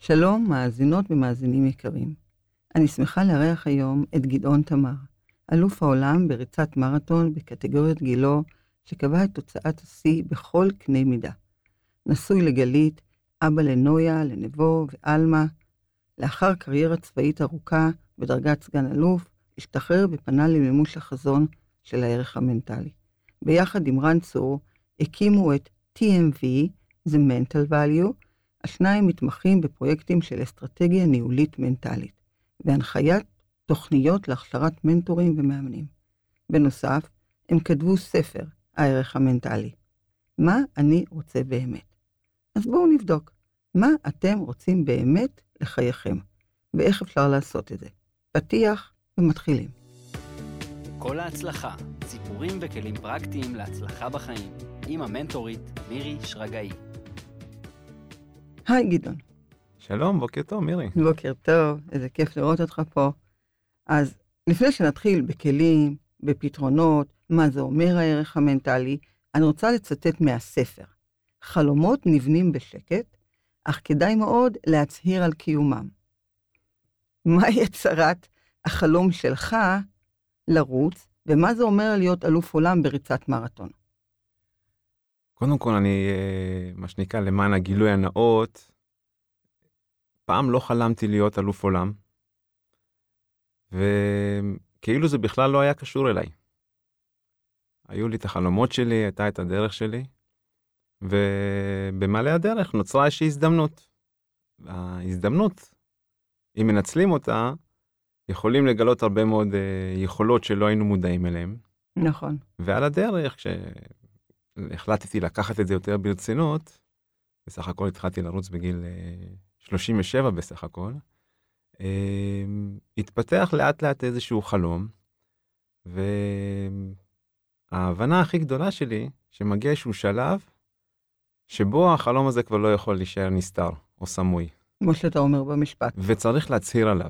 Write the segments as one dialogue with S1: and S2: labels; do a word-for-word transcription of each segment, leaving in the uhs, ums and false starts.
S1: שלום, מאזינות ומאזינים יקרים. אני שמחה לארח היום את גדעון תמר, אלוף העולם בריצת מרתון בקטגוריית גילו, שקבע את תוצאת השיא בכל קנה מידה. נשוי לגלית, אבא לנויה, לנבו ואלמה. לאחר קריירה צבאית ארוכה בדרגת סגן אלוף, השתחרר ופנה למימוש החזון של הערך המנטלי. ביחד עם רן צור, הקימו את טי אם וי, The Mental Value. השניים מתמחים בפרויקטים של אסטרטגיה ניהולית מנטלית, והנחיית תוכניות להכשרת מנטורים ומאמנים. בנוסף, הם כתבו ספר, הערך המנטלי. מה אני רוצה באמת? אז בואו נבדוק, מה אתם רוצים באמת לחייכם, ואיך אפשר לעשות את זה. פתיח ומתחילים.
S2: כל ההצלחה, סיפורים וכלים פרקטיים להצלחה בחיים, עם המנטורית מירי שרגאי.
S1: היי גדעון.
S3: שלום, בוקר טוב מירי.
S1: בוקר טוב, איזה כיף לראות אותך פה. אז לפני שנתחיל בכלים, בפתרונות, מה זה אומר הערך המנטלי, אני רוצה לצטט מהספר. חלומות נבנים בשקט, אך כדאי מאוד להצהיר על קיומם. מהי הצהרת החלום שלך לרוץ, ומה זה אומר להיות אלוף עולם בריצת מרתון?
S3: קודם כל אני, מה שנקרא, למען הגילוי הנאות, פעם לא חלמתי להיות אלוף עולם, וכאילו זה בכלל לא היה קשור אליי. היו לי את החלומות שלי, הייתה את הדרך שלי, ובמעלה הדרך נוצרה איזושהי הזדמנות. ההזדמנות, אם מנצלים אותה, יכולים לגלות הרבה מאוד יכולות שלא היינו מודעים אליהם.
S1: נכון.
S3: ועל הדרך, כש... החלטתי לקחת את זה יותר ברצינות, בסך הכל התחלתי לרוץ בגיל שלושים ושבע בסך הכל, התפתח לאט לאט איזשהו חלום, וההבנה הכי גדולה שלי, שמגיע איזשהו שלב, שבו החלום הזה כבר לא יכול להישאר נסתר או סמוי.
S1: כמו שאתה אומר במשפט.
S3: וצריך להצהיר עליו.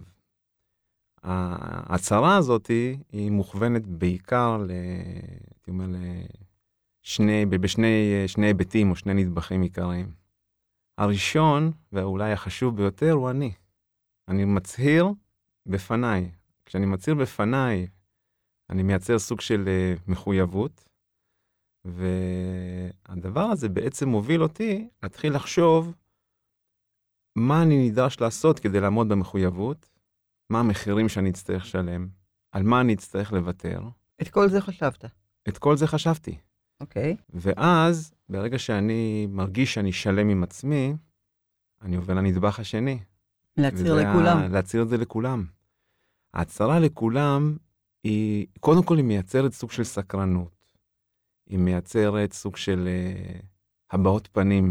S3: ההצהרה הזאת היא מוכוונת בעיקר ל... הייתי אומר ל... שני, בשני שני היבטים או שני נדבכים עיקריים. הראשון, ואולי החשוב ביותר, הוא אני. אני מצהיר בפניי. כשאני מצהיר בפניי, אני מייצר סוג של uh, מחויבות, והדבר הזה בעצם מוביל אותי להתחיל לחשוב מה אני נדרש לעשות כדי לעמוד במחויבות, מה המחירים שאני אצטרך לשלם, על מה אני אצטרך לוותר.
S1: את כל זה חשבת?
S3: את כל זה חשבתי.
S1: אוקיי.
S3: ואז, ברגע שאני מרגיש שאני שלם עם עצמי, אני עובר לנדבך השני.
S1: להצהיר לכולם.
S3: ה... להצהיר את זה לכולם. ההצהרה לכולם היא, קודם כל היא מייצרת סוג של סקרנות. היא מייצרת סוג של uh, הבעות פנים.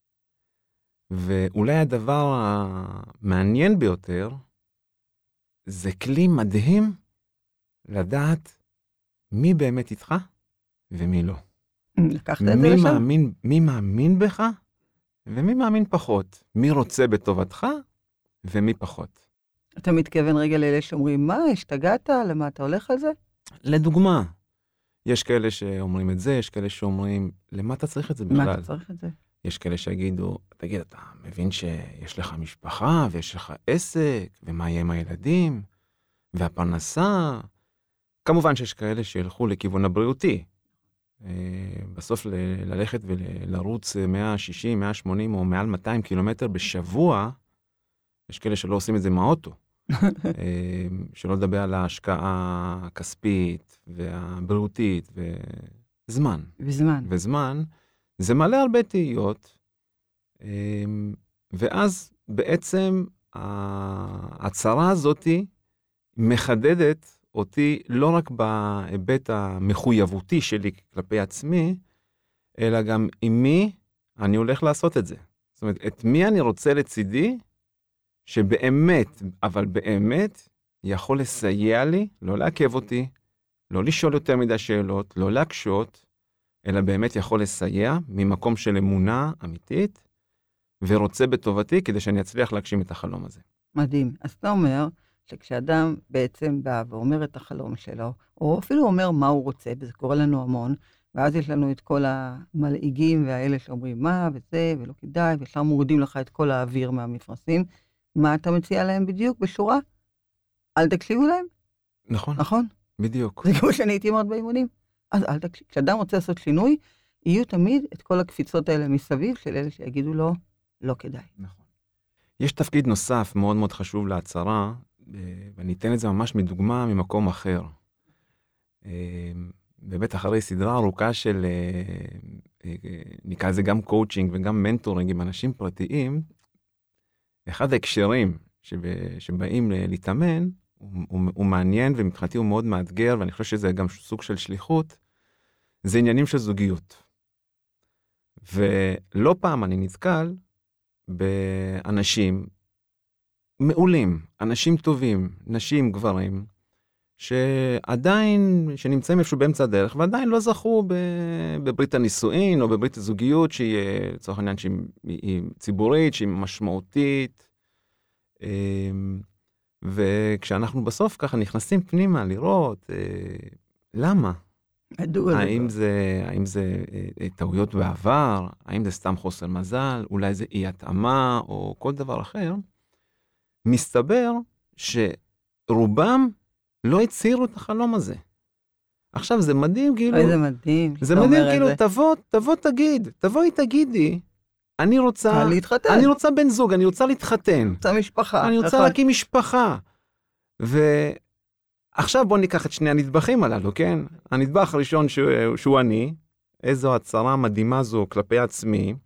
S3: ואולי הדבר המעניין ביותר, זה כלי מדהים לדעת מי באמת איתך ומי לא.
S1: לקחת את זה לשם?
S3: מאמין, מי מאמין בך ומי מאמין פחות. מי רוצה בטובתך ומי פחות.
S1: אתה מתכוון רגע לאלה שאומרים, מה, השתגעת? למה אתה הולך על זה?
S3: לדוגמה, יש כאלה שאומרים את זה, יש כאלה שאומרים, למה אתה צריך את זה בכלל?
S1: מה אתה צריך את זה?
S3: יש כאלה שיגידו, תגיד, אתה מבין שיש לך משפחה ויש לך עסק, ומה יהיה עם הילדים, והפרנסה? כמובן שיש כאלה שילכו לכיוון הבריאותי. בסוף ל- ללכת ולרוץ מאה שישים, מאה שמונים או מעל מאתיים קילומטר בשבוע, יש כאלה שלא עושים את זה מהאוטו. שלא לדבר על ההשקעה הכספית והבריאותית וזמן.
S1: וזמן.
S3: וזמן, זה מלא הרבה תהיות, ואז בעצם ההצהרה הזאת מחדדת אותי לא רק בהיבט המחויבותי שלי כלפי עצמי, אלא גם עם מי אני הולך לעשות את זה. זאת אומרת, את מי אני רוצה לצידי, שבאמת, אבל באמת, יכול לסייע לי, לא לעכב אותי, לא לשאול יותר מדי שאלות, לא להקשות, אלא באמת יכול לסייע ממקום של אמונה אמיתית, ורוצה בטובתי כדי שאני אצליח להגשים את החלום הזה.
S1: מדהים. אז אתה אומר שכשאדם בעצם בא ואומר את החלום שלו, או אפילו אומר מה הוא רוצה, וזה קורה לנו המון, ואז יש לנו את כל המלעיגים והאלה שאומרים מה וזה ולא כדאי, וישר מורידים לך את כל האוויר מהמפרשים. מה אתה מציע להם בדיוק בשורה? אל תקשיבו להם?
S3: נכון,
S1: נכון?
S3: בדיוק.
S1: זה כמו שאני הייתי אומרת באימונים. אז אל תקשיב. כשאדם רוצה לעשות שינוי, יהיו תמיד את כל הקפיצות האלה מסביב של אלה שיגידו לו, לא כדאי.
S3: נכון. יש תפקיד נוסף מאוד מאוד חשוב להצהרה, ואני אתן את זה ממש מדוגמה ממקום אחר. באמת אחרי סדרה ארוכה של, נקרא לזה גם קואוצ'ינג וגם מנטורינג עם אנשים פרטיים, אחד ההקשרים שבאים להתאמן, הוא, הוא מעניין ומבחינתי הוא מאוד מאתגר, ואני חושב שזה גם סוג של שליחות, זה עניינים של זוגיות. ולא פעם אני נתקל באנשים מעולים, אנשים טובים, נשים, גברים, שעדיין, שנמצאים איפשהו באמצע הדרך, ועדיין לא זכו בברית הנישואין, או בברית הזוגיות, שהיא, לצורך העניין, שהיא ציבורית, שהיא משמעותית. וכשאנחנו בסוף ככה נכנסים פנימה לראות, למה? האם זה, האם זה טעויות בעבר? האם זה סתם חוסר מזל? אולי זה אי התאמה, או כל דבר אחר? מסתבר שרובם לא הצהירו את החלום הזה. עכשיו זה מדהים, כאילו...
S1: אוי, זה מדהים.
S3: זה מדהים, כאילו, תבוא, תבוא תגיד, תבואי תגידי, אני רוצה...
S1: להתחתן.
S3: אני רוצה בן זוג, אני רוצה להתחתן.
S1: רוצה משפחה.
S3: אני רוצה להקים משפחה. ועכשיו בוא ניקח את שני הנדבכים הללו, כן? הנדבך הראשון שהוא, שהוא אני, איזו הצהרה מדהימה זו כלפי עצמי,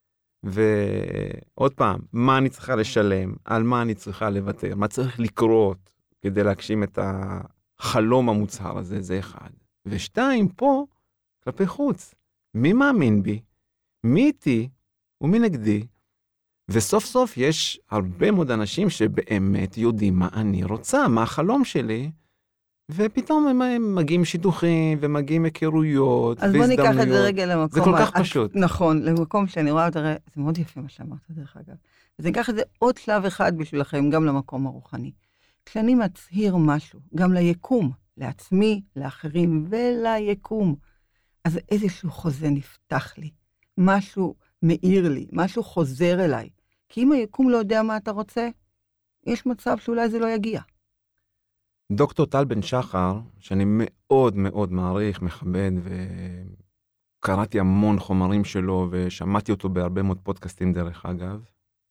S3: ועוד פעם, מה אני צריכה לשלם, על מה אני צריכה לוותר, מה צריך לקרות כדי להגשים את החלום המוצהר הזה, זה אחד. ושתיים, פה, כלפי חוץ, מי מאמין בי, מי איתי ומי נגדי, וסוף סוף יש הרבה מאוד אנשים שבאמת יודעים מה אני רוצה, מה החלום שלי, ופתאום הם, הם מגיעים שידוכים ומגיעים היכרויות
S1: אז בוא ניקח את זה רגע למקום.
S3: זה כל כך פשוט.
S1: נכון, למקום שאני רואה אותה, זה מאוד יפה מה שאמרת דרך אגב. אז ניקח את זה עוד שלב אחד בשבילכם, גם למקום הרוחני. כשאני מצהיר משהו, גם ליקום, לעצמי, לאחרים וליקום, אז איזשהו חוזה נפתח לי, משהו מאיר לי, משהו חוזר אליי. כי אם היקום לא יודע מה אתה רוצה, יש מצב שאולי זה לא יגיע.
S3: דוקטור טל בן שחר, שאני מאוד מאוד מעריך, מכבד, וקראתי המון חומרים שלו, ושמעתי אותו בהרבה מאוד פודקאסטים דרך אגב,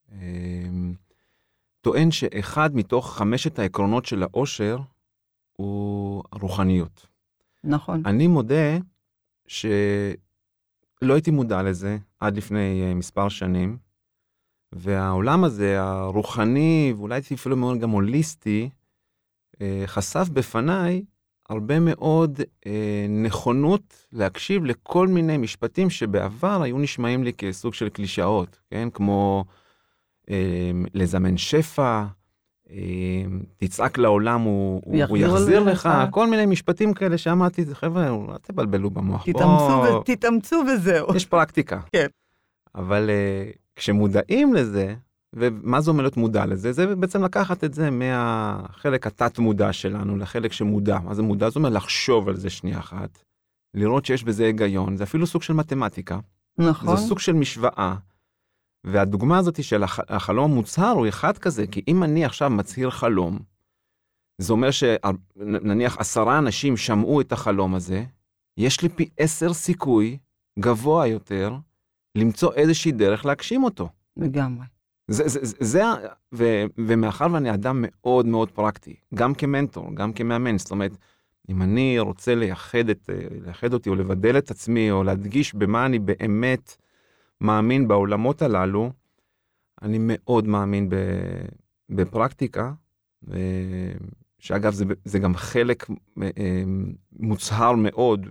S3: טוען שאחד מתוך חמשת העקרונות של האושר, הוא רוחניות.
S1: נכון.
S3: אני מודה שלא הייתי מודע לזה עד לפני מספר שנים, והעולם הזה, הרוחני, ואולי אפילו מאוד גם הוליסטי, חשף בפניי הרבה מאוד אה, נכונות להקשיב לכל מיני משפטים שבעבר היו נשמעים לי כסוג של קלישאות, כן? כמו אה, לזמן שפע, אה, תצעק לעולם, הוא, הוא יחזיר לך, לך, כל מיני משפטים כאלה שאמרתי, חבר'ה, אל תבלבלו במוח.
S1: תתאמצו, ו- תתאמצו וזהו.
S3: יש פרקטיקה.
S1: כן.
S3: אבל אה, כשמודעים לזה, ומה זה אומר להיות מודע לזה? זה בעצם לקחת את זה מהחלק התת מודע שלנו, לחלק שמודע. מה זה מודע? זאת אומרת לחשוב על זה שנייה אחת, לראות שיש בזה היגיון, זה אפילו סוג של מתמטיקה.
S1: נכון.
S3: זה סוג של משוואה. והדוגמה הזאת של הח... החלום המוצהר הוא אחד כזה, כי אם אני עכשיו מצהיר חלום, זה אומר שנניח עשרה אנשים שמעו את החלום הזה, יש לי פי עשר סיכוי גבוה יותר למצוא איזושהי דרך להגשים אותו.
S1: לגמרי.
S3: זה, זה, זה, זה, ו, ומאחר ואני אדם מאוד מאוד פרקטי, גם כמנטור, גם כמאמן, זאת אומרת, אם אני רוצה לייחד, את, לייחד אותי או לבדל את עצמי, או להדגיש במה אני באמת מאמין בעולמות הללו, אני מאוד מאמין בפרקטיקה, שאגב זה, זה גם חלק מוצהר מאוד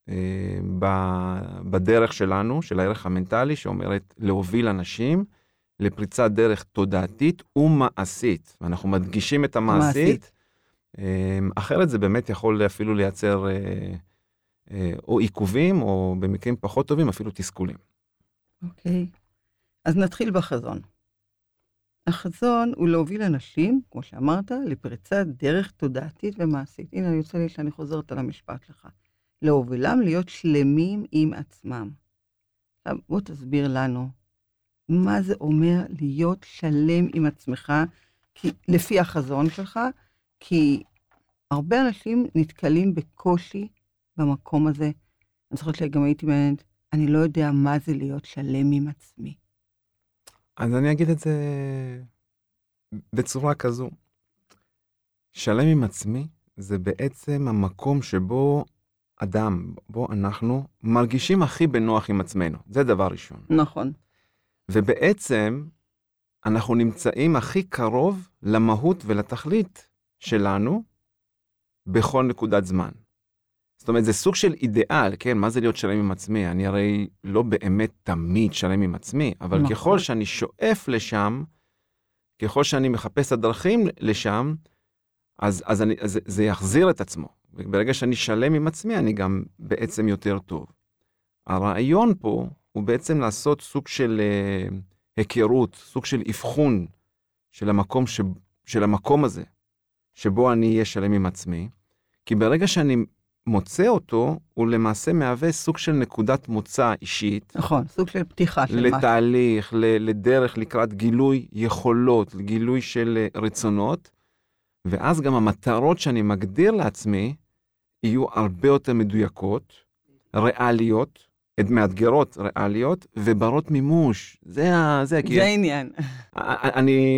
S3: בדרך שלנו, של הערך המנטלי, שאומרת להוביל אנשים, לפריצת דרך תודעתית ומעשית, ואנחנו מדגישים את המעשית, אחרת זה באמת יכול אפילו לייצר או עיכובים, או במקרים פחות טובים, אפילו תסכולים.
S1: אוקיי, אז נתחיל בחזון. החזון הוא להוביל אנשים, כמו שאמרת, לפריצת דרך תודעתית ומעשית. הנה, אני רוצה לי שאני חוזרת על המשפט לך. להובילם להיות שלמים עם עצמם. עכשיו, בוא תסביר לנו, מה זה אומר להיות שלם עם עצמך, כי, לפי החזון שלך, כי הרבה אנשים נתקלים בקושי במקום הזה. אני זוכרת שגם הייתי מעניינת, אני לא יודע מה זה להיות שלם עם עצמי.
S3: אז אני אגיד את זה בצורה כזו. שלם עם עצמי זה בעצם המקום שבו אדם, בו אנחנו מרגישים הכי בנוח עם עצמנו. זה דבר ראשון.
S1: נכון.
S3: ובעצם אנחנו נמצאים הכי קרוב למהות ולתכלית שלנו בכל נקודת זמן. זאת אומרת, זה סוג של אידיאל, כן? מה זה להיות שלם עם עצמי? אני הרי לא באמת תמיד שלם עם עצמי, אבל נכון. ככל שאני שואף לשם, ככל שאני מחפש הדרכים לשם, אז, אז, אני, אז זה יחזיר את עצמו. וברגע שאני שלם עם עצמי, אני גם בעצם יותר טוב. הרעיון פה הוא בעצם לעשות סוג של uh, היכרות, סוג של אבחון של המקום, ש, של המקום הזה, שבו אני אהיה שלם עם עצמי, כי ברגע שאני מוצא אותו, הוא למעשה מהווה סוג של נקודת מוצא אישית.
S1: נכון, סוג של פתיחה של משהו.
S3: לתהליך, לדרך לקראת גילוי יכולות, גילוי של רצונות, ואז גם המטרות שאני מגדיר לעצמי, יהיו הרבה יותר מדויקות, ריאליות, מאתגרות ריאליות, וברות מימוש. זה ה... זה,
S1: זה העניין.
S3: אני...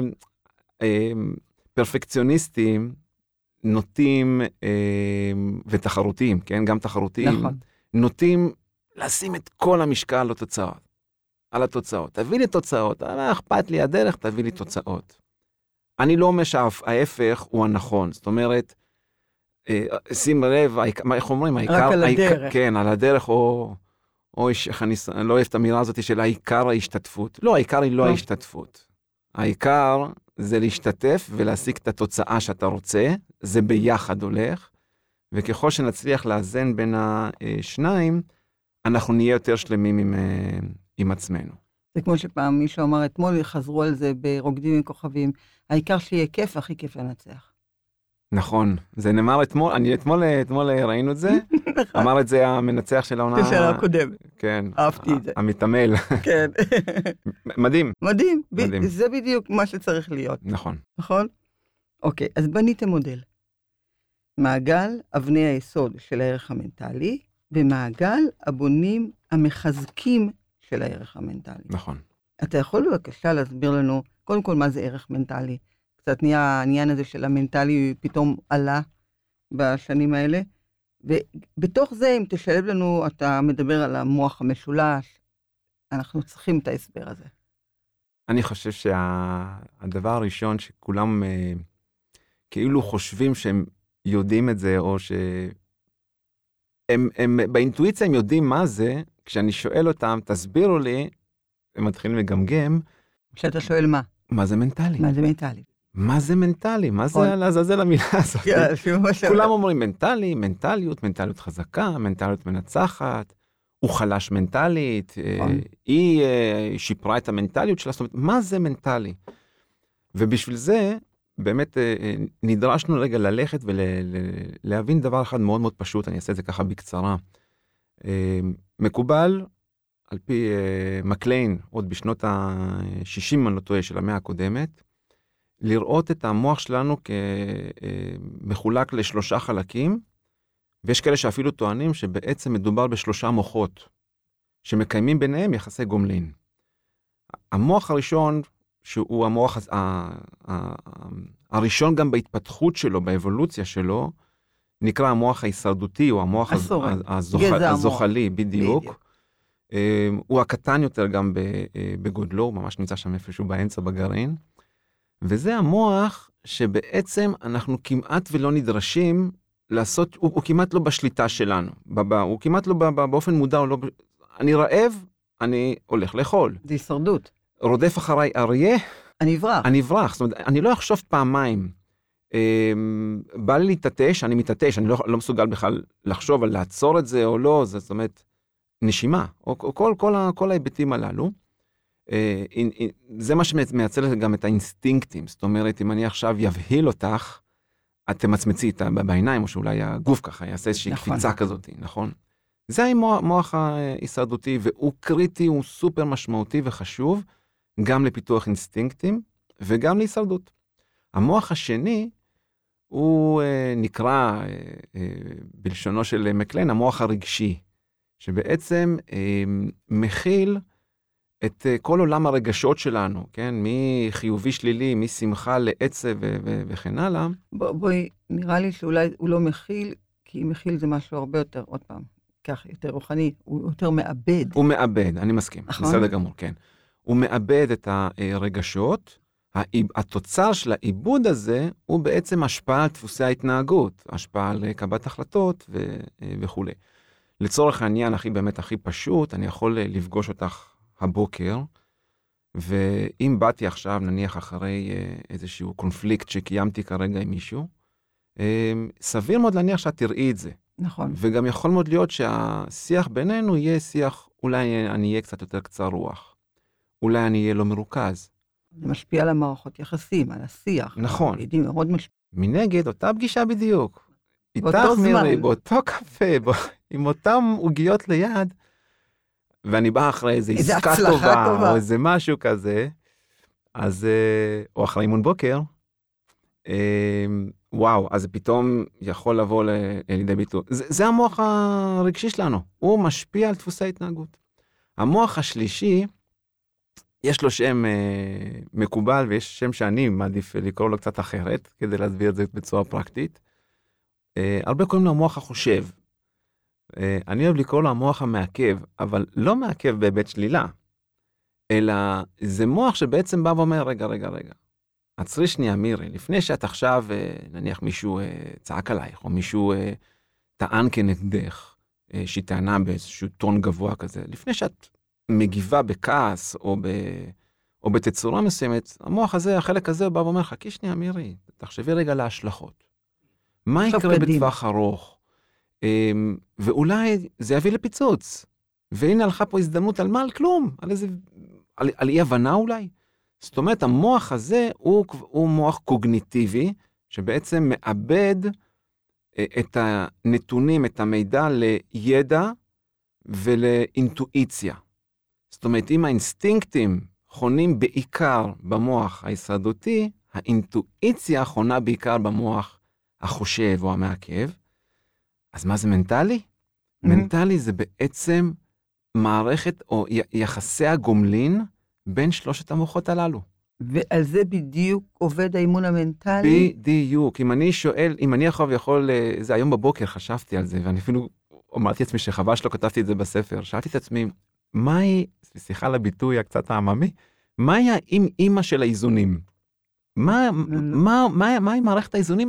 S3: פרפקציוניסטים, נוטים אה, ותחרותיים, כן? גם תחרותיים.
S1: נכון. נוטים
S3: לשים את כל המשקל על התוצאות. על התוצאות. תביא לי תוצאות. מה אכפת לי הדרך? תביא לי תוצאות. אני לא אומר שההפך הוא הנכון. זאת אומרת, אה, שים לב, איך אומרים?
S1: רק העיקר, על הדרך.
S3: העיקר, כן, על הדרך, או, או איך אני, אני לא אוהב את האמירה הזאת של העיקר ההשתתפות. לא, העיקר היא לא ההשתתפות. העיקר זה להשתתף ולהשיג את התוצאה שאתה רוצה, זה ביחד הולך, וככל שנצליח לאזן בין השניים, אנחנו נהיה יותר שלמים עם, עם עצמנו.
S1: זה כמו שפעם מישהו אמר, אתמול חזרו על זה ברוקדים עם כוכבים, העיקר שיהיה כיף, הכי כיף לנצח.
S3: נכון, זה נאמר אתמול, אני אתמול, אתמול ראינו את זה, אמר את זה המנצח של העונה...
S1: של הקודם.
S3: כן.
S1: אהבתי את זה.
S3: המתעמל.
S1: כן.
S3: מדהים.
S1: מדהים. מדהים. זה בדיוק מה שצריך להיות.
S3: נכון.
S1: נכון? אוקיי, אז בניתם מודל. מעגל אבני היסוד של הערך המנטלי, ומעגל הבונים המחזקים של הערך המנטלי.
S3: נכון.
S1: אתה יכול בבקשה להסביר לנו, קודם כל מה זה ערך מנטלי? קצת נהיה העניין הזה של המנטלי פתאום עלה בשנים האלה, ובתוך זה אם תשלב לנו, אתה מדבר על המוח המשולש, אנחנו צריכים את ההסבר הזה.
S3: אני חושב שהדבר הראשון שכולם אה, כאילו חושבים שהם יודעים את זה, או שהם הם, באינטואיציה הם יודעים מה זה, כשאני שואל אותם, תסבירו לי, הם מתחילים לגמגם.
S1: כשאתה שואל מה?
S3: מה זה מנטלי?
S1: מה זה מנטלי?
S3: מה זה מנטלי? מה זה לעזאזל המילה הזאת? כולם אומרים מנטלי, מנטליות, מנטליות חזקה, מנטליות מנצחת, הוא חלש מנטלית, היא שיפרה את המנטליות שלה, זאת אומרת, מה זה מנטלי? ובשביל זה, באמת נדרשנו רגע ללכת ולהבין דבר אחד מאוד מאוד פשוט, אני אעשה את זה ככה בקצרה. מקובל, על פי מקליין, עוד בשנות ה-שישים, אני לא טועה, של המאה הקודמת, לראות את המוח שלנו כמחולק לשלושה חלקים, ויש כאלה שאפילו טוענים שבעצם מדובר בשלושה מוחות, שמקיימים ביניהם יחסי גומלין. המוח הראשון, שהוא המוח הראשון גם בהתפתחות שלו, באבולוציה שלו, נקרא המוח ההישרדותי, או המוח הזוחלי, בדיוק. הוא הקטן יותר גם בגודלו, הוא ממש נמצא שם איפשהו באמצע בגרעין. וזה המוח שבעצם אנחנו כמעט ולא נדרשים לעשות, הוא, הוא כמעט לא בשליטה שלנו. בבא, הוא כמעט לא בא, באופן מודע, הוא לא, אני רעב, אני הולך לאכול.
S1: זה הישרדות.
S3: רודף אחריי אריה.
S1: אני אברח.
S3: אני אברח, זאת אומרת, אני לא אחשוב פעמיים. בא לי להתעטש, אני מתעטש, אני לא, לא מסוגל בכלל לחשוב על לעצור את זה או לא, זאת אומרת, נשימה, או כל, כל, כל ההיבטים הללו. זה מה שמייצר גם את האינסטינקטים, זאת אומרת, אם אני עכשיו יבהיל אותך, את מצמצי איתה בעיניים, או שאולי הגוף ככה יעשה איזושהי
S1: נכון.
S3: קפיצה כזאת, נכון? זה המוח ההישרדותי, והוא קריטי, הוא סופר משמעותי וחשוב, גם לפיתוח אינסטינקטים, וגם להישרדות. המוח השני, הוא אה, נקרא, אה, אה, בלשונו של מקלן, המוח הרגשי, שבעצם אה, מכיל את אה, כל עולם הרגשות שלנו, כן? מחיובי שלילי, משמחה לעצב ו- ו- וכן הלאה.
S1: בוא, בואי, נראה לי שאולי הוא לא מכיל, כי מכיל זה משהו הרבה יותר, עוד פעם, כך, יותר רוחני, הוא יותר מאבד.
S3: הוא מאבד, אני מסכים,
S1: נכון?
S3: בסדר גמור, כן. הוא מאבד את הרגשות, התוצר של העיבוד הזה הוא בעצם השפעה על דפוסי ההתנהגות, השפעה על קבלת החלטות ו- וכו'. לצורך העניין, הכי באמת הכי פשוט, אני יכול לפגוש אותך הבוקר, ואם באתי עכשיו, נניח אחרי איזשהו קונפליקט שקיימתי כרגע עם מישהו, סביר מאוד להניח שאת תראי את זה.
S1: נכון.
S3: וגם יכול מאוד להיות שהשיח בינינו יהיה שיח, אולי אני אהיה קצת יותר קצר רוח. אולי אני אהיה לא מרוכז.
S1: זה משפיע על המערכות יחסים, על השיח.
S3: נכון.
S1: ידידים מאוד משפיע.
S3: מנגד, אותה פגישה בדיוק.
S1: באותו
S3: איתך
S1: זמן.
S3: מירי, באותו קפה, בא, עם אותם עוגיות ליד, ואני בא אחרי איזו
S1: איזה
S3: עסקה
S1: הצלחה
S3: טובה,
S1: טובה.
S3: או איזה משהו כזה, אז, אה, או אחרי אימון בוקר, אה, וואו, אז פתאום יכול לבוא ל- לידי ביטוי. זה, זה המוח הרגשי שלנו, הוא משפיע על דפוסי ההתנהגות. המוח השלישי, יש לו שם אה, מקובל, ויש שם שאני מעדיף לקרוא לו קצת אחרת, כדי להסביר את זה בצורה פרקטית. אה, הרבה קוראים לו המוח החושב. אה, אני אוהב לקרוא לו המוח המעכב, אבל לא מעכב בהיבט שלילה, אלא זה מוח שבעצם בא ואומר, רגע, רגע, רגע. עצרי שנייה, מירי, לפני שאת עכשיו, אה, נניח מישהו אה, צעק עלייך, או מישהו אה, טען כנגדך, אה, שהיא טענה באיזשהו טון גבוה כזה, לפני שאת מגיבה בכעס, או, ב, או בתצורה מסוימת, המוח הזה, החלק הזה, הוא בא ואומר, חכי שנייה, מירי, תחשבי רגע להשלכות. מה יקרה בטווח ארוך? Um, ואולי זה יביא לפיצוץ. והנה הלכה פה הזדמנות על מה? על כלום. על איזה, על, על אי הבנה אולי. זאת אומרת, המוח הזה הוא, הוא מוח קוגניטיבי, שבעצם מאבד את הנתונים, את המידע לידע ולאינטואיציה. זאת אומרת, אם האינסטינקטים חונים בעיקר במוח ההישרדותי, האינטואיציה חונה בעיקר במוח החושב או המעכב. אז מה זה מנטלי? Mm-hmm. מנטלי זה בעצם מערכת או יחסי הגומלין בין שלושת המוחות הללו.
S1: ועל זה בדיוק עובד האימון המנטלי?
S3: בדיוק. אם אני שואל, אם אני יכול יכול, זה היום בבוקר חשבתי על זה, ואני אפילו אמרתי לעצמי שחבל שלא כתבתי את זה בספר, שאלתי את עצמי, מהי, סליחה לביטוי הקצת העממי, מהי האמא של האיזונים? מה, מה, מה, מהי מערכת האיזונים?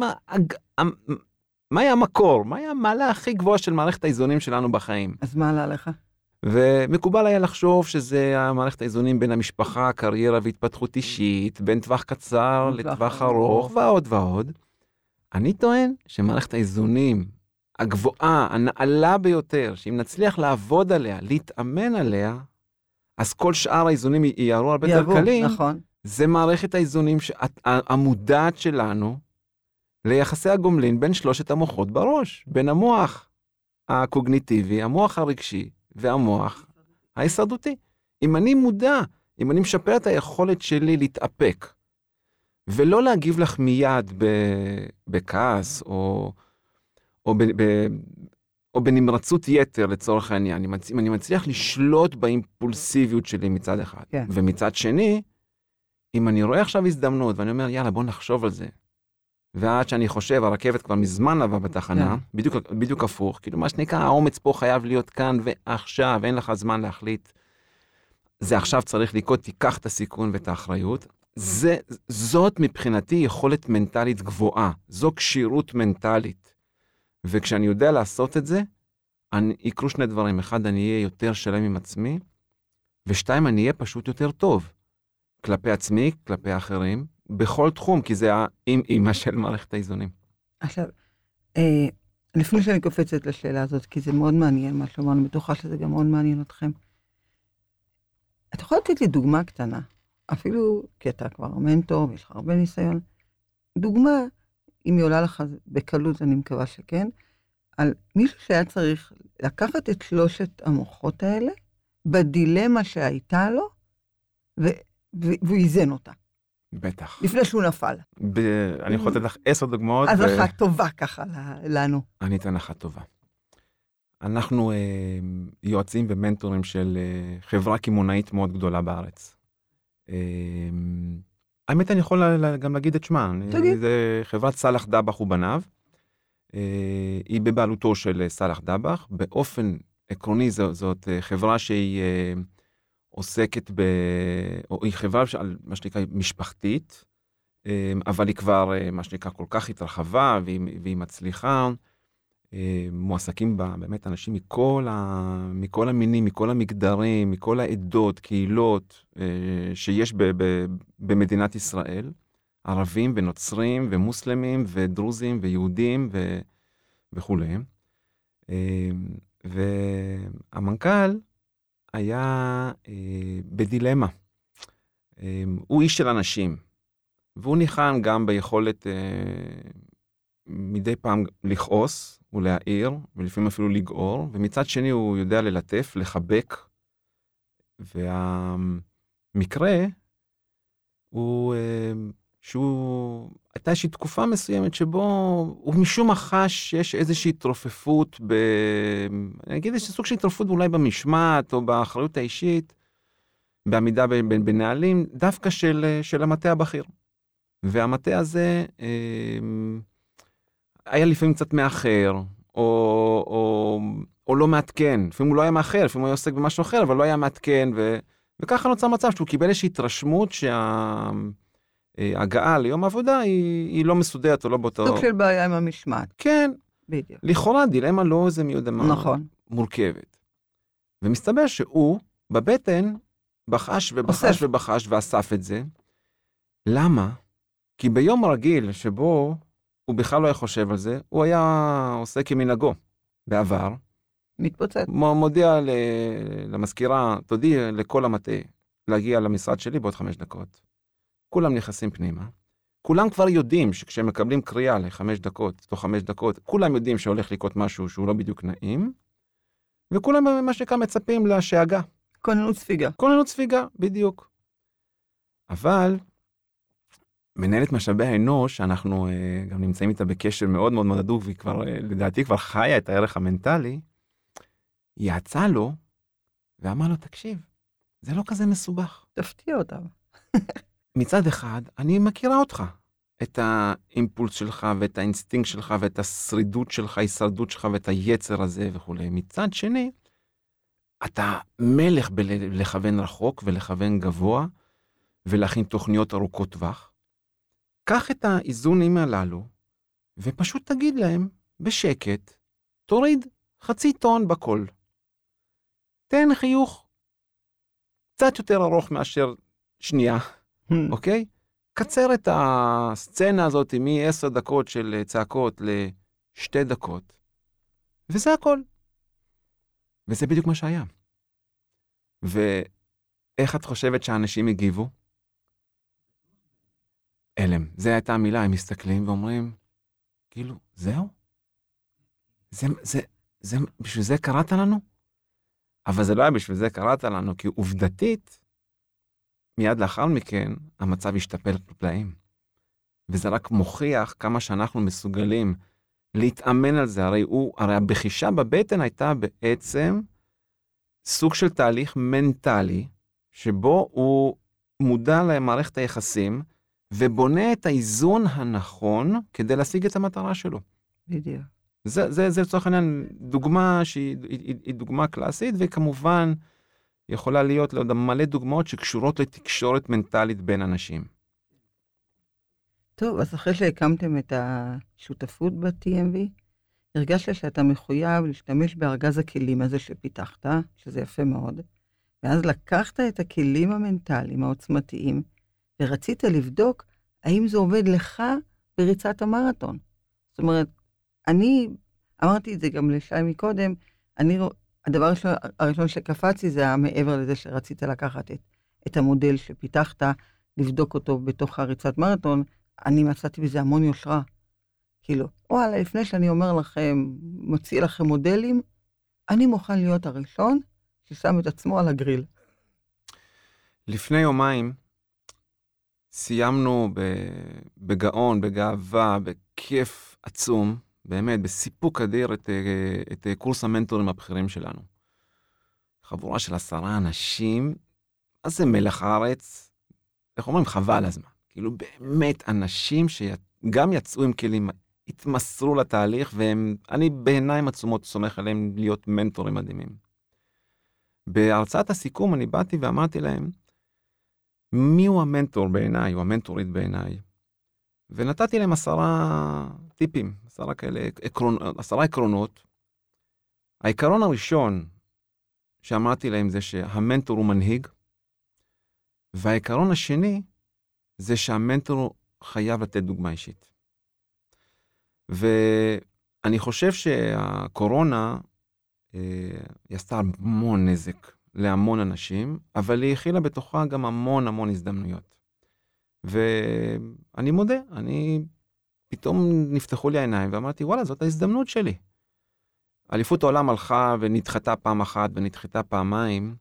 S3: מהי המקור? מהי המעלה הכי גבוהה של מערכת האיזונים שלנו בחיים?
S1: אז מה עלה לך?
S3: ומקובל היה לחשוב שזה המערכת האיזונים בין המשפחה, קריירה והתפתחות אישית, בין טווח קצר לטווח ארוך ועוד ועוד. אני טוען שמערכת האיזונים הגבוהה, הנעלה ביותר, שאם נצליח לעבוד עליה, להתאמן עליה, אז כל שאר האיזונים יערו הרבה יותר קלים.
S1: נכון.
S3: זה מערכת האיזונים המודעת שלנו ליחסי הגומלין בין שלושת המוחות בראש, בין המוח הקוגניטיבי, המוח הרגשי והמוח ההישרדותי. אם אני מודע, אם אני משפר את היכולת שלי להתאפק, ולא להגיב לך מיד בכעס או, או, ב, ב, או בנמרצות יתר לצורך העניין, אם אני מצליח לשלוט באימפולסיביות שלי מצד אחד, כן. ומצד שני, אם אני רואה עכשיו הזדמנות ואני אומר, יאללה, בוא נחשוב על זה, ועד שאני חושב, הרכבת כבר מזמן עבר בתחנה, yeah. בדיוק, בדיוק הפוך, כאילו מה שנקרא, האומץ פה חייב להיות כאן ועכשיו, אין לך זמן להחליט, זה עכשיו צריך לקרות, תיקח את הסיכון ואת האחריות, זה, זאת מבחינתי יכולת מנטלית גבוהה, זו קשירות מנטלית, וכשאני יודע לעשות את זה, אני, יקרו שני דברים, אחד, אני אהיה יותר שלם עם עצמי, ושתיים, אני אהיה פשוט יותר טוב, כלפי עצמי, כלפי האחרים, בכל תחום, כי זה האמא של מערכת האיזונים.
S1: עכשיו, אה, לפני שאני קופצת לשאלה הזאת, כי זה מאוד מעניין מה שאמרנו, בטוחה שזה גם מאוד מעניין אתכם. את יכולה לתת לי דוגמה קטנה, אפילו כי אתה כבר מנטור ויש לך הרבה ניסיון, דוגמה אם היא עולה לך בקלות, אני מקווה שכן, על מישהו שהיה צריך לקחת את שלושת המוחות האלה, בדילמה שהייתה לו, ו- ו- והוא איזן אותה.
S3: בטח.
S1: לפני שהוא נפל.
S3: ב... אני יכול לתת לך עשר דוגמאות.
S1: אז
S3: ו...
S1: אחת טובה ככה לנו.
S3: אני אתן לך טובה. אנחנו אה, יועצים ומנטורים של אה, חברה קימונאית מאוד גדולה בארץ. אה, האמת, אני יכול לה, גם להגיד את שמה.
S1: תגיד.
S3: זה חברת סלח דבח ובניו. אה, היא בבעלותו של סלח דבח. באופן עקרוני זו, זאת חברה שהיא אה, עוסקת ב... או היא חברה על מה שנקרא משפחתית, אה, אבל היא כבר אה, מה שנקרא כל כך התרחבה והיא, והיא מצליחה. מועסקים בה באמת אנשים מכל, ה... מכל המינים, מכל המגדרים, מכל העדות, קהילות שיש ב... ב... במדינת ישראל, ערבים ונוצרים ומוסלמים ודרוזים ויהודים ו... וכו'. והמנכ"ל היה בדילמה. הוא איש של אנשים, והוא ניחן גם ביכולת מדי פעם לכעוס ולהעיר, ולפעמים אפילו לגעור, ומצד שני הוא יודע ללטף, לחבק, והמקרה הוא שהוא, הייתה איזושהי תקופה מסוימת שבו הוא משום מה חש שיש איזושהי התרופפות, ב... אני אגיד איזושהי סוג של התרופפות אולי במשמעת או באחריות האישית, בעמידה בנהלים, דווקא של, של המטה הבכיר. והמטה הזה היה לפעמים קצת מאחר, או, או, או לא מעדכן. לפעמים הוא לא היה מאחר, לפעמים הוא היה עוסק במשהו אחר, אבל לא היה מעדכן, ו, וככה נוצר מצב שהוא קיבל איזושהי התרשמות שההגעה ליום העבודה היא, היא לא מסודרת או לא באותו...
S1: סוג של בעיה עם המשמעת.
S3: כן.
S1: בדיוק.
S3: לכאורה דילמה לא איזה מי יודע מה
S1: נכון.
S3: מורכבת. ומסתבר שהוא בבטן בחש ובחש
S1: אוסף.
S3: ובחש ואסף את זה. למה? כי ביום רגיל שבו הוא בכלל לא היה חושב על זה, הוא היה עושה כמנהגו בעבר.
S1: מתפוצץ.
S3: מודיע למזכירה, תודיע לכל המטה להגיע למשרד שלי בעוד חמש דקות. כולם נכנסים פנימה. כולם כבר יודעים שכשהם מקבלים קריאה לחמש דקות, תוך חמש דקות, כולם יודעים שהולך לקרות משהו שהוא לא בדיוק נעים, וכולם מה שנקרא מצפים לשאגה.
S1: כוננות ספיגה.
S3: כוננות ספיגה, בדיוק. אבל מנהלת משאבי האנוש, שאנחנו uh, גם נמצאים איתה בקשר מאוד מאוד מאוד הדוק, והיא כבר, uh, לדעתי כבר חיה את הערך המנטלי, היא יצאה לו, ואמר לו, תקשיב, זה לא כזה מסובך.
S1: תפתיע אותם.
S3: מצד אחד, אני מכירה אותך, את האימפולס שלך, ואת האינסטינקט שלך, ואת השרידות שלך, ההישרדות שלך, ואת היצר הזה וכו'. מצד שני, אתה מלך בלכוון רחוק, ולכוון גבוה, ולהכין תוכניות ארוכות טווח. קח את האיזונים הללו, ופשוט תגיד להם, בשקט, תוריד חצי טון בכל. תן חיוך קצת יותר ארוך מאשר שנייה, אוקיי? קצר את הסצנה הזאת מ-עשר דקות של צעקות לשתי דקות, וזה הכל. וזה בדיוק מה שהיה. ואיך את חושבת שהאנשים הגיבו? אלם. זה הייתה המילה, הם מסתכלים ואומרים, כאילו, זהו? זה, זה, זה, בשביל זה קראת לנו? אבל זה לא היה בשביל זה קראת לנו, כי עובדתית, מיד לאחר מכן, המצב השתפל פלאים. וזה רק מוכיח כמה שאנחנו מסוגלים להתאמן על זה. הרי הוא, הרי הבחישה בבטן הייתה בעצם סוג של תהליך מנטלי, שבו הוא מודע למערכת היחסים, ובונה את האיזון הנכון כדי להשיג את המטרה שלו.
S1: בדיוק.
S3: זה, זה, זה לצורך העניין דוגמה שהיא היא, היא דוגמה קלאסית, וכמובן יכולה להיות לעוד מלא דוגמאות שקשורות לתקשורת מנטלית בין אנשים.
S1: טוב, אז אחרי שהקמתם את השותפות ב-טי אם וי, הרגשת שאתה מחויב להשתמש בארגז הכלים הזה שפיתחת, שזה יפה מאוד, ואז לקחת את הכלים המנטליים העוצמתיים, ורצית לבדוק האם זה עובד לך בריצת המרתון. זאת אומרת, אני אמרתי את זה גם לשי מקודם, אני, הדבר הראשון, הראשון שקפצתי זה היה מעבר לזה שרצית לקחת את, את המודל שפיתחת, לבדוק אותו בתוך הריצת מרתון, אני מצאתי בזה המון יושרה. כאילו, וואלה, לפני שאני אומר לכם, מוציא לכם מודלים, אני מוכן להיות הראשון ששם את עצמו על הגריל.
S3: לפני יומיים סיימנו בגאון, בגאווה, בכיף עצום, באמת, בסיפוק אדיר את, את קורס המנטורים הבכירים שלנו. חבורה של עשרה אנשים, אז זה מלח הארץ, איך אומרים? חבל הזמן. כאילו באמת אנשים שגם יצאו עם כלים, התמסרו לתהליך, ואני בעיניים עצומות סומך עליהם להיות מנטורים מדהימים. בהרצאת הסיכום אני באתי ואמרתי להם, מי הוא המנטור בעיניי, או המנטורית בעיניי? ונתתי להם עשרה טיפים, עשרה כאלה, עקרון, עשרה עקרונות. העיקרון הראשון שאמרתי להם זה שהמנטור הוא מנהיג, והעיקרון השני זה שהמנטור חייב לתת דוגמה אישית. ואני חושב שהקורונה אה, היא עשתה המון נזק להמון אנשים, אבל היא הכילה בתוכה גם המון המון הזדמנויות. ואני מודה, אני פתאום נפתחו לי העיניים ואמרתי, וואלה, זאת ההזדמנות שלי. אליפות העולם הלכה ונדחתה פעם אחת ונדחתה פעמיים,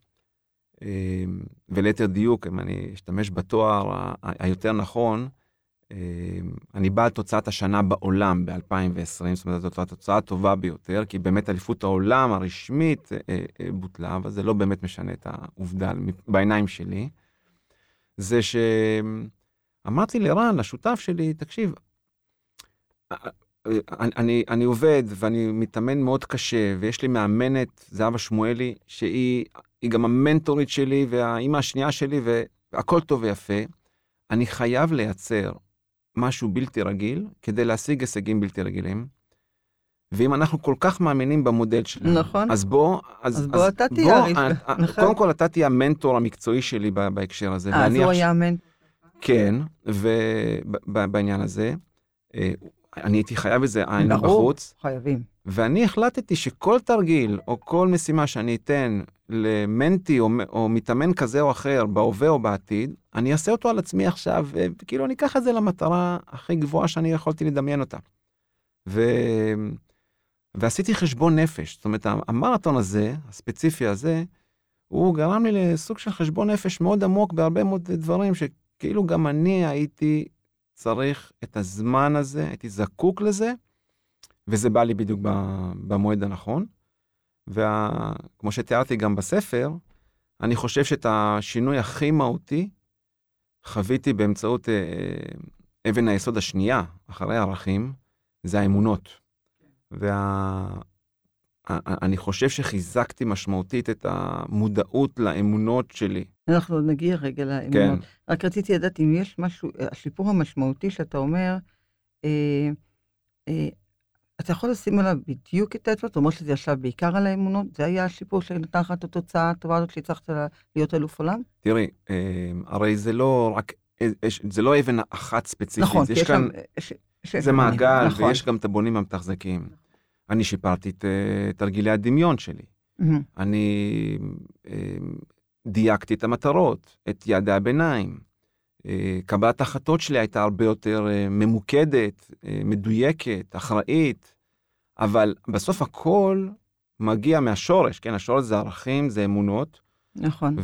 S3: וליתר דיוק, אם אני אשתמש בתואר היותר נכון, אני בא על תוצאת השנה בעולם ב-אלפיים ועשרים, זאת אומרת, זאת התוצאה הטובה ביותר, כי באמת אליפות העולם הרשמית בוטלה, אבל זה לא באמת משנה את העובדה בעיניים שלי. זה שאמרתי לרן, לשותף שלי, תקשיב, אני, אני, אני עובד ואני מתאמן מאוד קשה, ויש לי מאמנת, זהבה שמואלי, שהיא היא גם המנטורית שלי, והאימא השנייה שלי, והכל טוב ויפה. אני חייב לייצר משהו בלתי רגיל, כדי להשיג הישגים בלתי רגילים. ואם אנחנו כל כך מאמינים במודל שלנו,
S1: נכון.
S3: אז בוא,
S1: אז, אז בוא, אתה תהיה הראשון.
S3: נכון. קודם כל, אתה תהיה המנטור המקצועי שלי בהקשר הזה.
S1: אה, אז הוא היה המנטור.
S3: כן, ובעניין הזה, אני הייתי חייב איזה עין בחוץ.
S1: חייבים.
S3: ואני החלטתי שכל תרגיל, או כל משימה שאני אתן למנטי, או, או מתאמן כזה או אחר, בהווה או בעתיד, אני אעשה אותו על עצמי עכשיו, וכאילו אני אקח את זה למטרה הכי גבוהה שאני יכולתי לדמיין אותה. ו... ועשיתי חשבון נפש. זאת אומרת, המרתון הזה, הספציפי הזה, הוא גרם לי לסוג של חשבון נפש מאוד עמוק, בהרבה מאוד דברים, שכאילו גם אני הייתי צריך את הזמן הזה, הייתי זקוק לזה, וזה בא לי בדיוק במועד הנכון. וכמו שתיארתי גם בספר, אני חושב שאת השינוי הכי מהותי חוויתי באמצעות אה, אבן היסוד השנייה, אחרי הערכים, זה האמונות. ואני חושב שחיזקתי משמעותית את המודעות לאמונות שלי.
S1: אנחנו נגיע רגע לאמונות.
S3: כן.
S1: רק רציתי לדעת אם יש משהו, השיפור המשמעותי שאתה אומר, אה, אה, אתה יכול לשים עליו בדיוק את האצבע, זאת אומרת שזה ישב בעיקר על האמונות, זה היה השיפור שנתן לך את התוצאה הטובה הזאת שהצלחת להיות אלוף עולם?
S3: תראי, הרי זה לא רק, זה לא אבן אחת ספציפית.
S1: נכון,
S3: יש כאן,
S1: יש,
S3: זה מעגל,
S1: נכון.
S3: ויש גם את הבונים המתחזקים. אני שיפרתי את תרגילי הדמיון שלי.
S1: Mm-hmm.
S3: אני דייקתי את המטרות, את יעדי הביניים. קבלת החלטות שלי הייתה הרבה יותר ממוקדת, מדויקת, אחראית, אבל בסוף הכל מגיע מהשורש, כן? השורש זה ערכים, זה אמונות.
S1: נכון.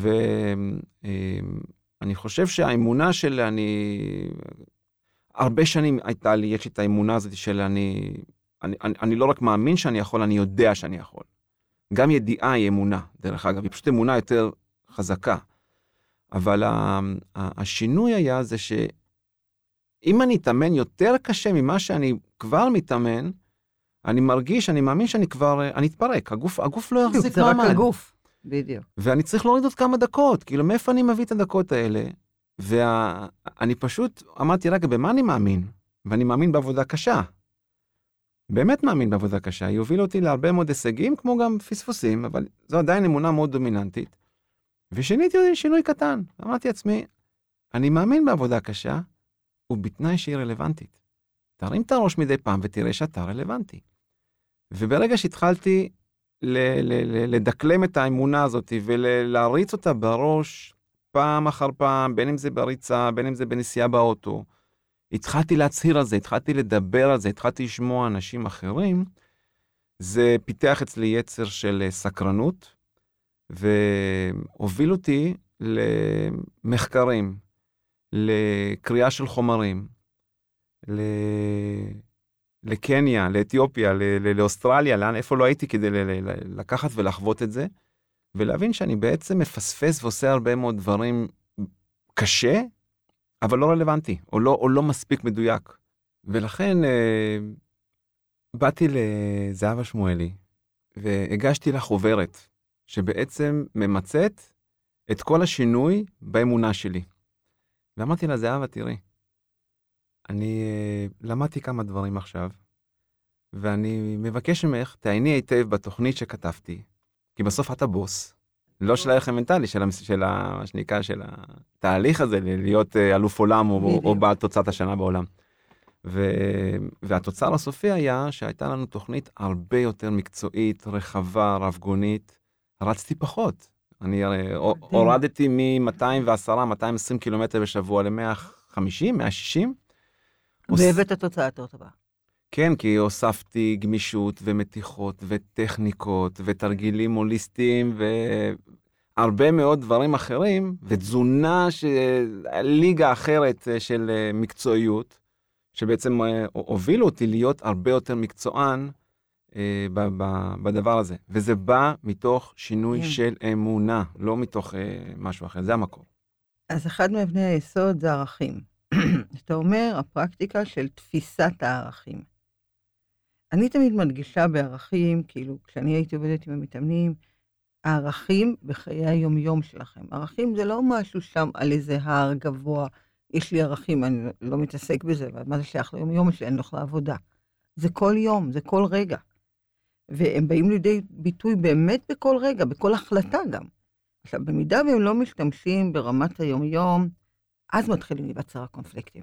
S3: ואני חושב שהאמונה שלי, אני... הרבה שנים הייתה לי, יש לי את האמונה הזאת של אני... אני, אני, אני לא רק מאמין שאני יכול, אני יודע שאני יכול. גם ידיעה היא אמונה, דרך אגב, היא פשוט אמונה יותר חזקה. אבל השינוי היה זה שאם אני אתאמן יותר קשה ממה שאני כבר מתאמן, אני מרגיש, אני מאמין שאני כבר, אני אתפרק, הגוף, הגוף לא יחזיק
S1: מעמד. זה רק הגוף,
S3: בדיוק. ואני צריך להוריד עוד כמה דקות, כאילו מאיפה אני מביא את הדקות האלה? ואני פשוט אמרתי, רגע, במה אני מאמין? ואני מאמין בעבודה קשה. באמת מאמין בעבודה קשה, היא הובילה אותי להרבה מאוד הישגים, כמו גם פספוסים, אבל זו עדיין אמונה מאוד דומיננטית. ושיניתי אותי שינוי קטן. אמרתי לעצמי, אני מאמין בעבודה קשה, ובתנאי שהיא רלוונטית. תרים את הראש מדי פעם ותראה שאתה רלוונטי. וברגע שהתחלתי ל- ל- ל- לדקלם את האמונה הזאת, ולהריץ אותה בראש פעם אחר פעם, בין אם זה בריצה, בין אם זה בנסיעה באוטו, התחלתי להצהיר על זה, התחלתי לדבר על זה, התחלתי לשמוע אנשים אחרים, זה פיתח אצלי יצר של סקרנות, והוביל אותי למחקרים, לקריאה של חומרים, ל... לקניה, לאתיופיה, ל... לאוסטרליה, לאן, איפה לא הייתי כדי ל... לקחת ולחוות את זה, ולהבין שאני בעצם מפספס ועושה הרבה מאוד דברים קשה, אבל לא רלוונטי, או לא, או לא מספיק מדויק. ולכן אה, באתי לזהבה שמואלי, והגשתי לה חוברת, שבעצם ממצאת את כל השינוי באמונה שלי. ואמרתי לה, זהבה, תראי, אני אה, למדתי כמה דברים עכשיו, ואני מבקש ממך, תעייני היטב בתוכנית שכתבתי, כי בסוף אתה בוס, לא של הערך המנטלי, של, של מה שנקרא, של התהליך הזה, להיות אלוף עולם או, או בעל תוצאת השנה בעולם. ו, והתוצר הסופי היה שהייתה לנו תוכנית הרבה יותר מקצועית, רחבה, רב-גונית. רצתי פחות. אני הורדתי מ-מאתיים ועשרה מאתיים ועשרים קילומטר בשבוע ל-מאה וחמישים, מאה ושישים.
S1: והבאת התוצאה יותר טובה.
S3: כן, כי הוספתי גמישות ומתיחות וטכניקות ותרגילים הוליסטיים והרבה מאוד דברים אחרים, ותזונה של ליגה אחרת של מקצועיות, שבעצם הובילו אותי להיות הרבה יותר מקצוען אה, ב- ב- בדבר הזה. וזה בא מתוך שינוי yeah. של אמונה, לא מתוך אה, משהו אחר. זה המקור.
S1: אז אחד מאבני היסוד זה ערכים. אתה אומר, הפרקטיקה של תפיסת הערכים. אני תמיד מדגישה בערכים, כאילו, כשאני הייתי עובדת עם המתאמנים, הערכים בחיי היום-יום שלכם. ערכים זה לא משהו שם על איזה הר גבוה, יש לי ערכים, אני לא מתעסק בזה, אבל מה זה שייך ליום-יום שלי, אני הולך לעבודה. זה כל יום, זה כל רגע. והם באים לידי ביטוי באמת בכל רגע, בכל החלטה גם. עכשיו, במידה והם לא משתמשים ברמת היום-יום, אז מתחילים להיווצר הקונפליקטים.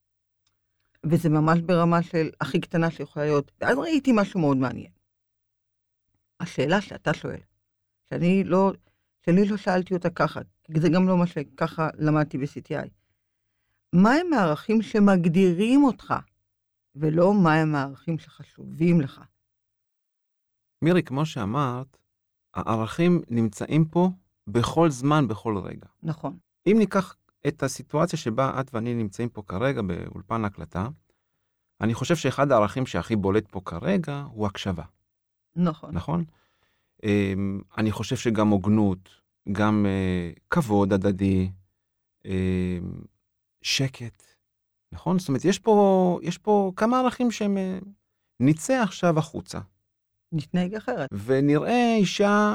S1: וזה ממש ברמה של הכי קטנה שיכולה להיות. ואז ראיתי משהו מאוד מעניין. השאלה שאתה שואל, שאני לא, שאני לא שאלתי אותה ככה, כי זה גם לא מה שככה למדתי ב-סי טי איי. מה הם הערכים שמגדירים אותך, ולא מה הם הערכים שחשובים לך?
S3: מירי, כמו שאמרת, הערכים נמצאים פה בכל זמן, בכל רגע.
S1: נכון.
S3: אם ניקח את הסיטואציה שבה את ואני נמצאים פה כרגע באולפן הקלטה, אני חושב שאחד הערכים שהכי בולט פה כרגע הוא הקשבה.
S1: נכון.
S3: נכון? אני חושב שגם הוגנות, גם כבוד הדדי, שקט, נכון? זאת אומרת, יש פה, יש פה כמה ערכים שהם נצא עכשיו החוצה.
S1: נתנהג אחרת.
S3: ונראה אישה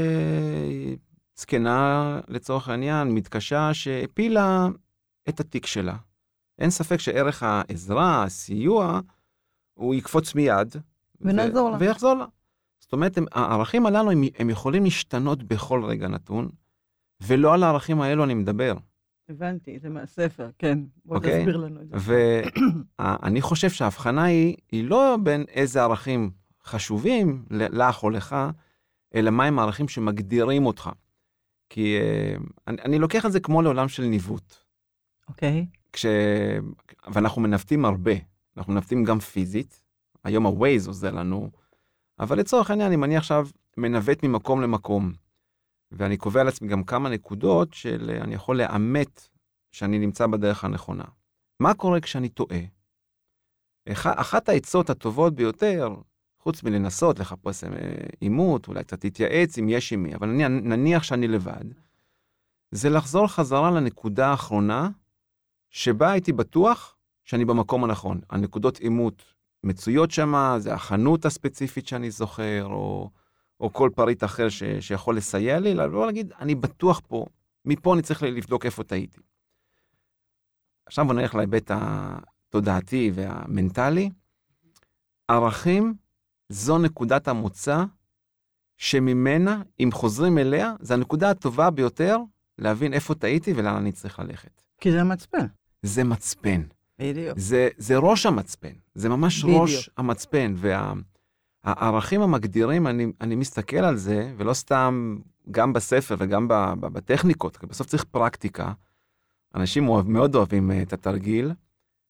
S3: שזקנה לצורך העניין, מתקשה שהפילה את התיק שלה. אין ספק שערך העזרה, הסיוע, הוא יקפוץ מיד.
S1: ונעזור
S3: ו-
S1: לה.
S3: ויחזור לה. זאת אומרת, הם, הערכים הללו הם, הם יכולים להשתנות בכל רגע נתון, ולא על הערכים האלו אני מדבר.
S1: הבנתי, זה מהספר, כן. בוא
S3: אוקיי?
S1: תסביר לנו את זה.
S3: ואני חושב שההבחנה היא, היא לא בין איזה ערכים חשובים לך או לך, אלא מה הם הערכים שמגדירים אותך. כי אני, אני לוקח את זה כמו לעולם של ניווט.
S1: אוקיי.
S3: כש... ואנחנו מנווטים הרבה. אנחנו מנווטים גם פיזית. היום ה-Waze עוזר לנו. אבל לצורך העניין, אם אני עכשיו מנווט ממקום למקום, ואני קובע לעצמי גם כמה נקודות של אני יכול לאמת שאני נמצא בדרך הנכונה. מה קורה כשאני טועה? אחת העצות הטובות ביותר, חוץ מלנסות לחפש אימות, אולי קצת להתייעץ אם יש עימי, אבל נניח שאני לבד, זה לחזור חזרה לנקודה האחרונה, שבה הייתי בטוח שאני במקום הנכון. הנקודות אימות מצויות שמה, זה החנות הספציפית שאני זוכר, או, או כל פריט אחר ש, שיכול לסייע לי, לא להגיד, אני בטוח פה, מפה אני צריך לבדוק איפה טעיתי. עכשיו בוא נלך להיבט התודעתי והמנטלי. ערכים זו נקודת המוצא שממנה, אם חוזרים אליה, זו הנקודה הטובה ביותר להבין איפה טעיתי ולאן אני צריך ללכת.
S1: כי זה מצפן.
S3: זה מצפן.
S1: בדיוק.
S3: זה, זה ראש המצפן. זה ממש בדיוק. ראש המצפן. והערכים המגדירים, אני, אני מסתכל על זה, ולא סתם גם בספר וגם בטכניקות, כי בסוף צריך פרקטיקה. אנשים אוהב, מאוד אוהבים את התרגיל,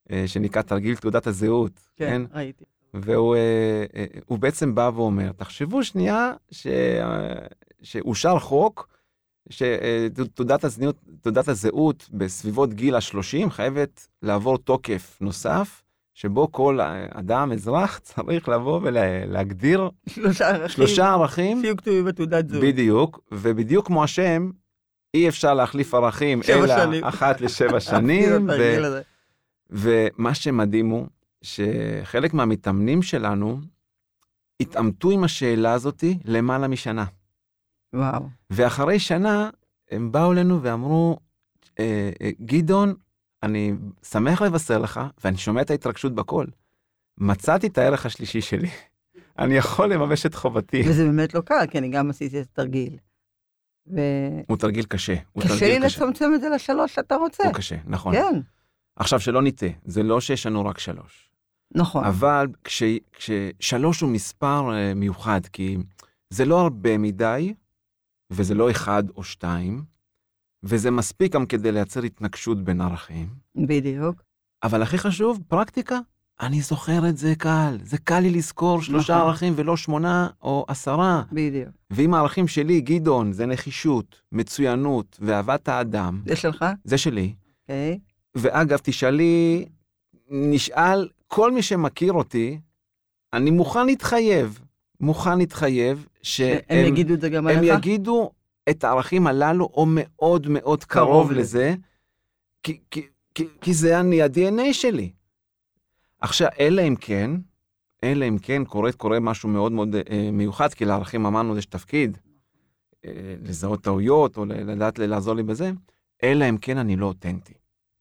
S3: שנקרא תרגיל תעודת הזהות.
S1: כן, ראיתי.
S3: והוא הוא בעצם בא ואומר, תחשבו שנייה ש, שאושר חוק, שתעודת הזהות, תעודת הזהות בסביבות גיל ה-שלושים חייבת לעבור תוקף נוסף, שבו כל אדם, אזרח, צריך לבוא ולהגדיר
S1: שלושה ערכים.
S3: שלושה ערכים.
S1: שיהיו כתובים בתעודת זהות.
S3: בדיוק, ובדיוק כמו השם, אי אפשר להחליף ערכים, אלא אחת לשבע שנים. ו... ומה שמדהים הוא, שחלק מהמתאמנים שלנו, התאמתו עם השאלה הזאת למעלה משנה.
S1: וואו.
S3: ואחרי שנה, הם באו אלינו ואמרו, גדעון, אני שמח לבשר לך, ואני שומע את ההתרגשות בכל. מצאתי את הערך השלישי שלי. אני יכול לממש את חובתי.
S1: וזה באמת לא קל, כי אני גם עשיתי את התרגיל. ו...
S3: הוא תרגיל קשה.
S1: קשה לי לצמצם את זה לשלוש שאתה רוצה.
S3: הוא קשה, נכון.
S1: כן.
S3: עכשיו שלא ניטה, זה לא שיש לנו רק שלוש.
S1: נכון.
S3: אבל כש, כששלוש הוא מספר uh, מיוחד, כי זה לא הרבה מדי, וזה לא אחד או שתיים, וזה מספיק גם כדי לייצר התנגשות בין ערכים.
S1: בדיוק.
S3: אבל הכי חשוב, פרקטיקה, אני זוכר את זה קל. זה קל לי לזכור שלושה נכון. ערכים ולא שמונה או עשרה.
S1: בדיוק.
S3: ואם הערכים שלי, גדעון, זה נחישות, מצוינות ואהבת האדם.
S1: זה שלך?
S3: זה שלי.
S1: אוקיי. Okay.
S3: ואגב, תשאלי, נשאל, כל מי שמכיר אותי, אני מוכן להתחייב, מוכן להתחייב, שהם
S1: הם יגידו את זה גם עליך?
S3: הם יגידו את הערכים הללו, או מאוד מאוד קרוב, קרוב לזה, כי, כי, כי, כי זה אני, ה-די אן איי שלי. עכשיו, אלא אם כן, אלא אם כן, קורה, קורה משהו מאוד מאוד אה, מיוחד, כי לערכים אמרנו, יש תפקיד, אה, לזהות טעויות, או לדעת לעזור לי בזה, אלא אם כן אני לא אותנטי.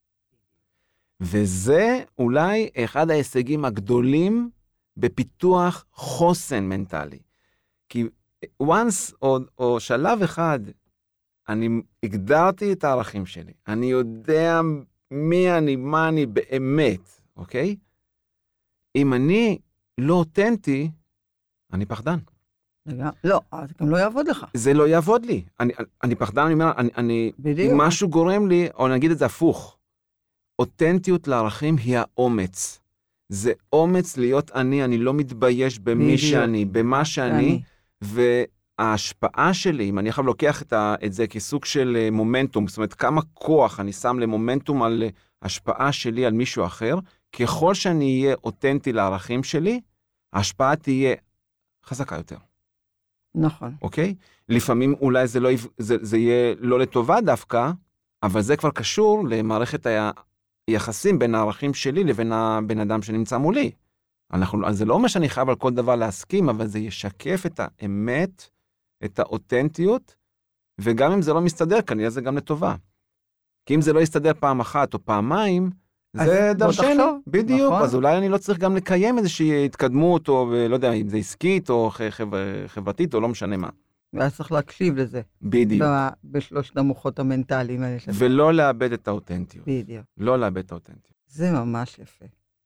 S3: וזה אולי אחד ההישגים הגדולים בפיתוח חוסן מנטלי. כי once או, או שלב אחד, אני הגדרתי את הערכים שלי. אני יודע מי אני, מה אני באמת, אוקיי? אם אני לא אותנטי, אני פחדן.
S1: לא, זה גם לא יעבוד לך.
S3: זה לא יעבוד לי. אני, אני פחדן, אני אומר, אני, אני, אם משהו גורם לי, או נגיד את זה הפוך, אותנטיות לערכים היא האומץ. זה אומץ להיות אני, אני לא מתבייש במי בדיוק. שאני, במה שאני, וההשפעה שלי, אם אני עכשיו לוקח את, ה, את זה כסוג של מומנטום, זאת אומרת, כמה כוח אני שם למומנטום על השפעה שלי על מישהו אחר, ככל שאני אהיה אותנטי לערכים שלי, ההשפעה תהיה חזקה יותר.
S1: נכון.
S3: אוקיי? לפעמים אולי זה, לא, זה, זה יהיה לא לטובה דווקא, אבל זה כבר קשור למערכת ה... יחסים בין הערכים שלי לבין הבן אדם שנמצא מולי. אנחנו, אז זה לא אומר שאני חייב על כל דבר להסכים, אבל זה ישקף את האמת, את האותנטיות, וגם אם זה לא מסתדר, כנראה זה גם לטובה. כי אם זה לא יסתדר פעם אחת או פעמיים, זה דרשני. בדיוק, נכון. אז אולי אני לא צריך גם לקיים איזושהי התקדמות, או לא יודע, אם זה עסקית או חברתית, או לא משנה מה.
S1: ואז צריך להקשיב לזה.
S3: בדיוק.
S1: בשלושת המוחות המנטליים האלה.
S3: ולא לאבד את האותנטיות.
S1: בדיוק.
S3: לא לאבד את האותנטיות.
S1: זה ממש יפה.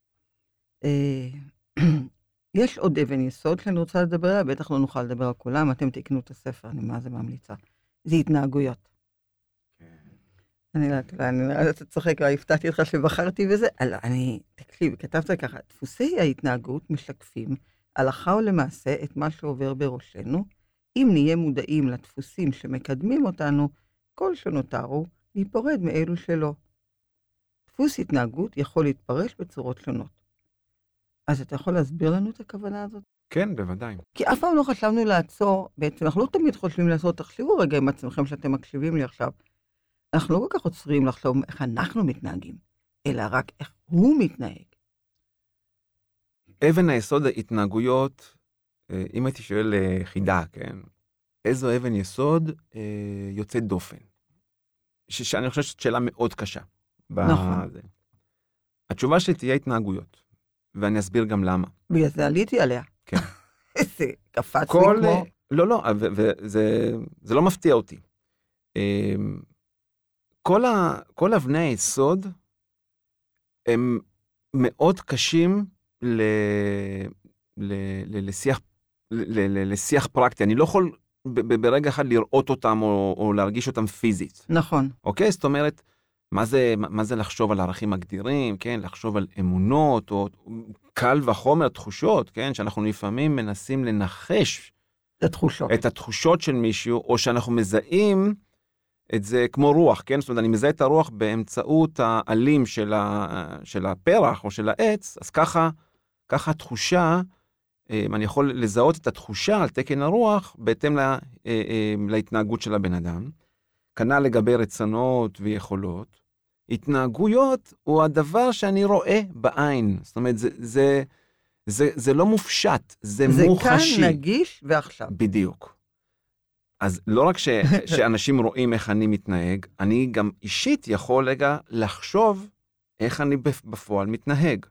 S1: יש עוד אבן יסוד שאני רוצה לדבר עליה, בטח לא נוכל לדבר על כולם, אתם תקנו את הספר, אני מה זה ממליצה. זה התנהגויות. אני לא יודעת, אני נראה צוחק, הפתעתי אותך שבחרתי בזה, אני, תקשיב, כתבת ככה, דפוסי ההתנהגות משקפים הלכה ולמעשה את מה שעובר בראשנו, אם נהיה מודעים לדפוסים שמקדמים אותנו, כל שנותרו להיפרד מאלו שלא. דפוס התנהגות יכול להתפרש בצורות שונות. אז אתה יכול להסביר לנו את הכוונה הזאת?
S3: כן, בוודאי.
S1: כי אף פעם לא חשבנו לעצור, בעצם אנחנו לא תמיד חושבים לעצור, תחשבו רגע עם עצמכם שאתם מקשיבים לי עכשיו. אנחנו לא כל כך עוצרים לחשוב איך אנחנו מתנהגים, אלא רק איך הוא מתנהג.
S3: אבן היסוד ההתנהגויות, אם הייתי שואל חידה, כן? איזו אבן יסוד אה, יוצאת דופן? ש- שאני חושב שזאת שאלה מאוד קשה.
S1: נכון.
S3: בזה. התשובה שלי תהיה התנהגויות, ואני אסביר גם למה.
S1: בגלל זה עליתי עליה.
S3: כן.
S1: זה קפץ
S3: כל,
S1: לי כמו...
S3: לא, לא, וזה זה לא מפתיע אותי. אה, כל, ה, כל אבני היסוד הם מאוד קשים ל, ל, ל, לשיח לשיח פרקטי. אני לא יכול ברגע אחד לראות אותם או, או להרגיש אותם פיזית.
S1: נכון.
S3: אוקיי? זאת אומרת, מה זה, מה זה לחשוב על ערכים מגדירים, כן? לחשוב על אמונות, או קל וחומר תחושות, כן? שאנחנו לפעמים מנסים לנחש
S1: את התחושות.
S3: את התחושות של מישהו, או שאנחנו מזהים את זה כמו רוח, כן? זאת אומרת, אני מזהה את הרוח באמצעות העלים של, ה, של הפרח או של העץ, אז ככה, ככה התחושה, אני יכול לזהות את התחושה על תקן הרוח, בהתאם לה, להתנהגות של הבן אדם. כנ"ל לגבי רצונות ויכולות. התנהגויות הוא הדבר שאני רואה בעין. זאת אומרת, זה, זה, זה, זה לא מופשט, זה,
S1: זה
S3: מוחשי.
S1: זה כאן נגיש ועכשיו.
S3: בדיוק. אז לא רק ש, שאנשים רואים איך אני מתנהג, אני גם אישית יכול רגע לחשוב איך אני בפועל מתנהג.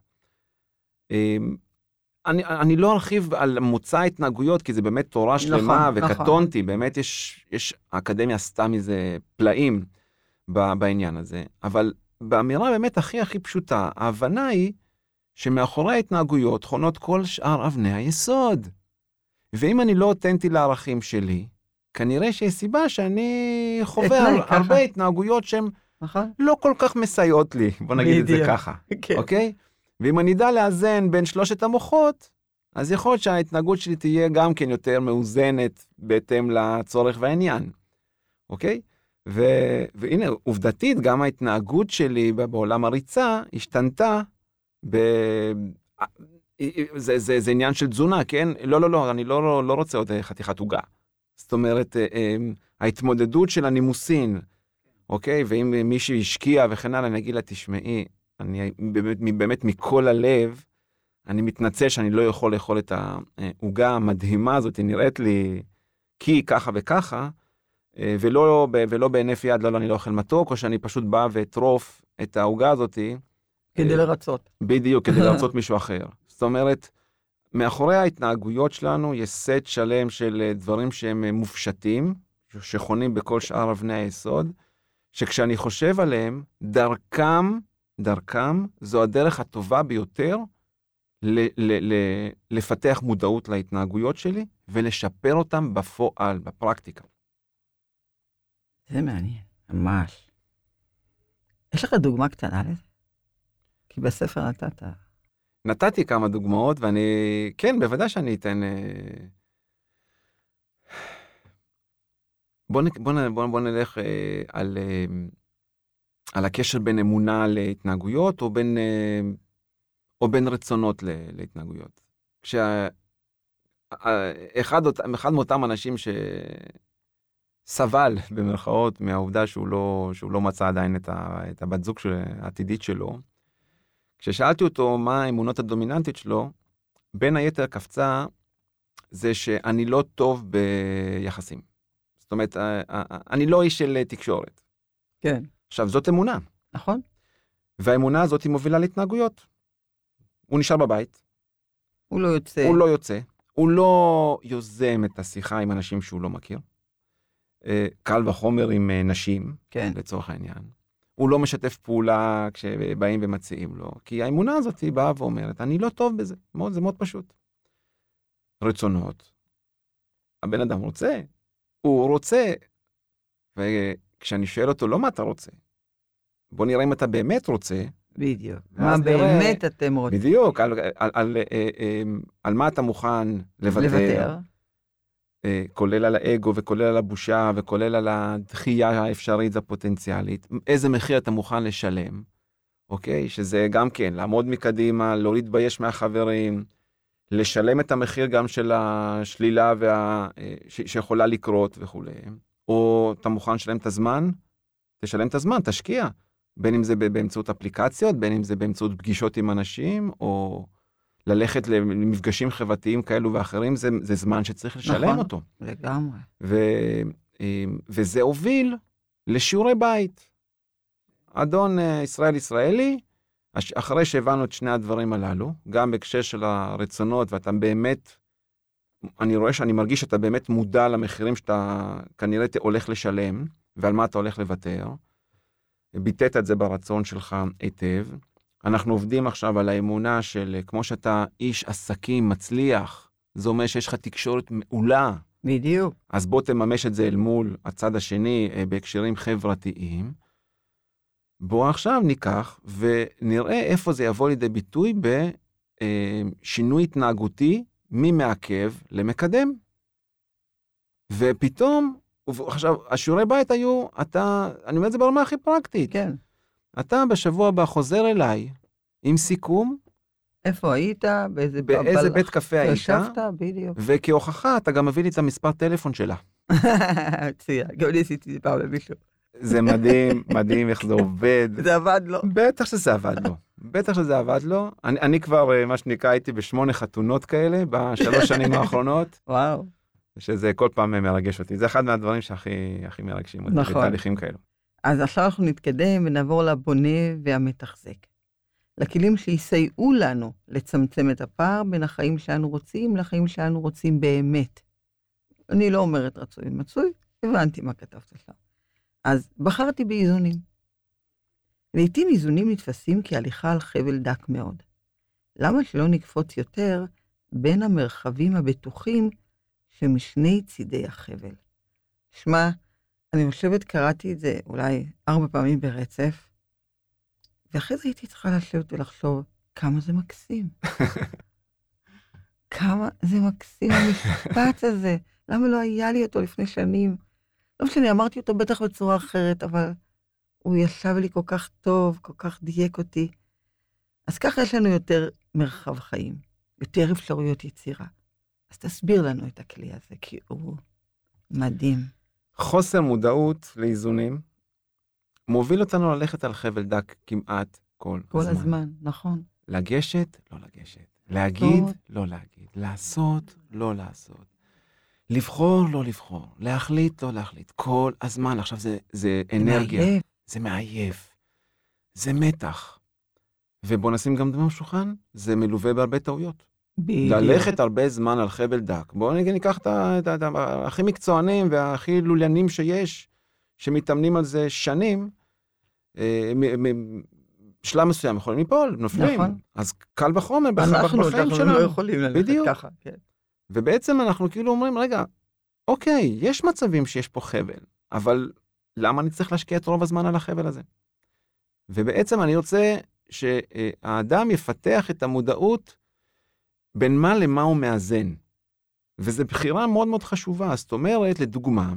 S3: אני, אני לא ארחיב על מוצא ההתנהגויות, כי זה באמת תורה שלמה, נכון, וקטונתי, נכון. באמת יש, יש, האקדמיה עשתה מזה פלאים בעניין הזה, אבל באמירה באמת הכי הכי פשוטה, ההבנה היא שמאחורי ההתנהגויות חונות כל שאר אבני היסוד. ואם אני לא אותנטי לערכים שלי, כנראה שיש סיבה שאני חווה הר, הרבה התנהגויות שהן
S1: נכון.
S3: לא כל כך מסייעות לי, בוא נגיד
S1: בדיוק.
S3: את זה ככה,
S1: כן.
S3: אוקיי? ואם אני אדע לאזן בין שלושת המוחות, אז יכול להיות שההתנהגות שלי תהיה גם כן יותר מאוזנת בהתאם לצורך והעניין, אוקיי? ו... והנה, עובדתית, גם ההתנהגות שלי בעולם הריצה השתנתה ב... זה, זה, זה עניין של תזונה, כן? לא, לא, לא, אני לא, לא, לא רוצה עוד חתיכת עוגה. זאת אומרת, ההתמודדות של הנימוסין, אוקיי? ואם מישהו השקיע וכן הלאה, אני אגיד לה, תשמעי, אני באמת, באמת מכל הלב, אני מתנצל שאני לא יכול לאכול את העוגה המדהימה הזאת, היא נראית לי כי ככה וככה, ולא, ולא בהינף יד, לא, לא, אני לא אוכל מתוק, או שאני פשוט בא ואטרוף את העוגה הזאת.
S1: כדי לרצות.
S3: בדיוק, כדי לרצות מישהו אחר. זאת אומרת, מאחורי ההתנהגויות שלנו יש סט שלם של דברים שהם מופשטים, שחונים בכל שאר אבני היסוד, שכשאני חושב עליהם, דרכם, דרכם, זו הדרך הטובה ביותר ל- ל- ל- לפתח מודעות להתנהגויות שלי, ולשפר אותם בפועל, בפרקטיקה.
S1: זה מעניין, ממש. יש לך דוגמה קטנה לזה? כי בספר נתת.
S3: נתתי כמה דוגמאות, ואני, כן, בוודאי שאני אתן... בוא, בוא, בוא, בוא נלך על, על הקשר בין אמונה להתנהגויות, או בין, או בין רצונות להתנהגויות. כשאחד אחד מאותם אנשים שסבל, במרכאות, מהעובדה שהוא לא, שהוא לא מצא עדיין את, ה, את הבת זוג העתידית שלו, כששאלתי אותו מה האמונות הדומיננטית שלו, בין היתר קפצה זה שאני לא טוב ביחסים. זאת אומרת, אני לא איש של תקשורת.
S1: כן.
S3: עכשיו, זאת אמונה.
S1: נכון.
S3: והאמונה הזאת היא מובילה להתנהגויות. הוא נשאר בבית.
S1: הוא לא יוצא.
S3: הוא לא יוצא. הוא לא יוזם את השיחה עם אנשים שהוא לא מכיר. קל וחומר עם נשים,
S1: כן.
S3: לצורך העניין. הוא לא משתף פעולה כשבאים ומציעים לו, כי האמונה הזאת היא באה ואומרת, אני לא טוב בזה, מאוד, זה מאוד פשוט. רצונות. הבן אדם רוצה, הוא רוצה, וכשאני שואל אותו, לא מה אתה רוצה, בוא נראה אם אתה באמת רוצה.
S1: בדיוק. מה באמת אתם רוצים.
S3: בדיוק, על, על, על, על מה אתה מוכן לוותר.
S1: לוותר.
S3: כולל על האגו וכולל על הבושה וכולל על הדחייה האפשרית הפוטנציאלית, איזה מחיר אתה מוכן לשלם, אוקיי? שזה גם כן, לעמוד מקדימה, לא להתבייש מהחברים, לשלם את המחיר גם של השלילה וה... ש... שיכולה לקרות וכו'. או אתה מוכן לשלם את הזמן? תשלם את הזמן, תשקיע. בין אם זה באמצעות אפליקציות, בין אם זה באמצעות פגישות עם אנשים, או... ללכת למפגשים חברתיים כאלו ואחרים, זה, זה זמן שצריך לשלם
S1: נכון,
S3: אותו.
S1: לגמרי.
S3: ו, וזה הוביל לשיעורי בית. אדון ישראל ישראלי, אחרי שהבנו את שני הדברים הללו, גם בהקשר של הרצונות, ואתה באמת, אני רואה שאני מרגיש שאתה באמת מודע למחירים שאתה כנראה הולך לשלם, ועל מה אתה הולך לוותר, ביטאת את זה ברצון שלך היטב, אנחנו עובדים עכשיו על האמונה של, כמו שאתה איש עסקים מצליח, זה אומר שיש לך תקשורת מעולה.
S1: בדיוק.
S3: אז בוא תממש את זה אל מול הצד השני בהקשרים חברתיים, בואו עכשיו ניקח ונראה איפה זה יבוא לידי ביטוי בשינוי התנהגותי ממעכב למקדם. ופתאום, עכשיו, השיעורי בית היו, אתה, אני אומר את זה ברמה הכי פרקטית.
S1: כן.
S3: אתה בשבוע הבא חוזר אליי עם סיכום.
S1: איפה היית? באיזה,
S3: באיזה בית קפה היית?
S1: ישבת, בדיוק.
S3: וכהוכחה, אתה גם מביא לי את המספר טלפון שלה.
S1: מצוין, גם לי עשיתי פעם למישהו.
S3: זה מדהים, מדהים איך זה עובד.
S1: זה עבד לו.
S3: בטח שזה עבד לו. בטח שזה עבד לו. אני, אני כבר, מה שנקרא, הייתי בשמונה חתונות כאלה, בשלוש שנים האחרונות.
S1: וואו.
S3: שזה כל פעם מרגש אותי. זה אחד מהדברים שהכי הכי מרגשים אותי.
S1: נכון.
S3: בתהליכים כאלו.
S1: אז עכשיו אנחנו נתקדם ונעבור לבונה והמתחזק. לכלים שיסייעו לנו לצמצם את הפער בין החיים שאנו רוצים לחיים שאנו רוצים באמת. אני לא אומרת רצוי מצוי, הבנתי מה כתבת שם. אז בחרתי באיזונים. לעתים איזונים נתפסים כהליכה על חבל דק מאוד. למה שלא נקפוץ יותר בין המרחבים הבטוחים שמשני צידי החבל? שמע, אני חושבת, קראתי את זה אולי ארבע פעמים ברצף, ואחרי זה הייתי צריכה לשבת ולחשוב כמה זה מקסים. כמה זה מקסים המשפט הזה. למה לא היה לי אותו לפני שנים? לא משנה, אמרתי אותו בטח בצורה אחרת, אבל הוא ישב לי כל כך טוב, כל כך דייק אותי. אז ככה יש לנו יותר מרחב חיים, יותר אפשרויות יצירה. אז תסביר לנו את הכלי הזה, כי הוא מדהים.
S3: חוסר מודעות לאיזונים מוביל אותנו ללכת על חבל דק כמעט כל,
S1: כל
S3: הזמן.
S1: הזמן. הזמן, נכון.
S3: לגשת, לא לגשת. להגיד, לא להגיד. לעשות, לא לעשות. לבחור, לא לבחור. להחליט, לא להחליט. כל הזמן. עכשיו זה, זה אנרגיה.
S1: מעייף.
S3: זה מעייף. זה מתח. ובוא נשים גם דבר שולחן, זה מלווה בהרבה טעויות.
S1: בדיוק.
S3: ללכת הרבה זמן על חבל דק. בואו ניקח את, את, את, את הכי מקצוענים והכי לוליינים שיש, שמתאמנים על זה שנים, אה, מ, מ, שלב מסוים יכולים ליפול, נופלים. נכון. אז קל וחומר בחיים שלנו.
S1: אנחנו לא יכולים ללכת
S3: בדיוק.
S1: ככה. כן.
S3: ובעצם אנחנו כאילו אומרים, רגע, אוקיי, יש מצבים שיש פה חבל, אבל למה אני צריך להשקיע את רוב הזמן על החבל הזה? ובעצם אני רוצה שהאדם יפתח את המודעות בין מה למה הוא מאזן. וזו בחירה מאוד מאוד חשובה. זאת אומרת, לדוגמה,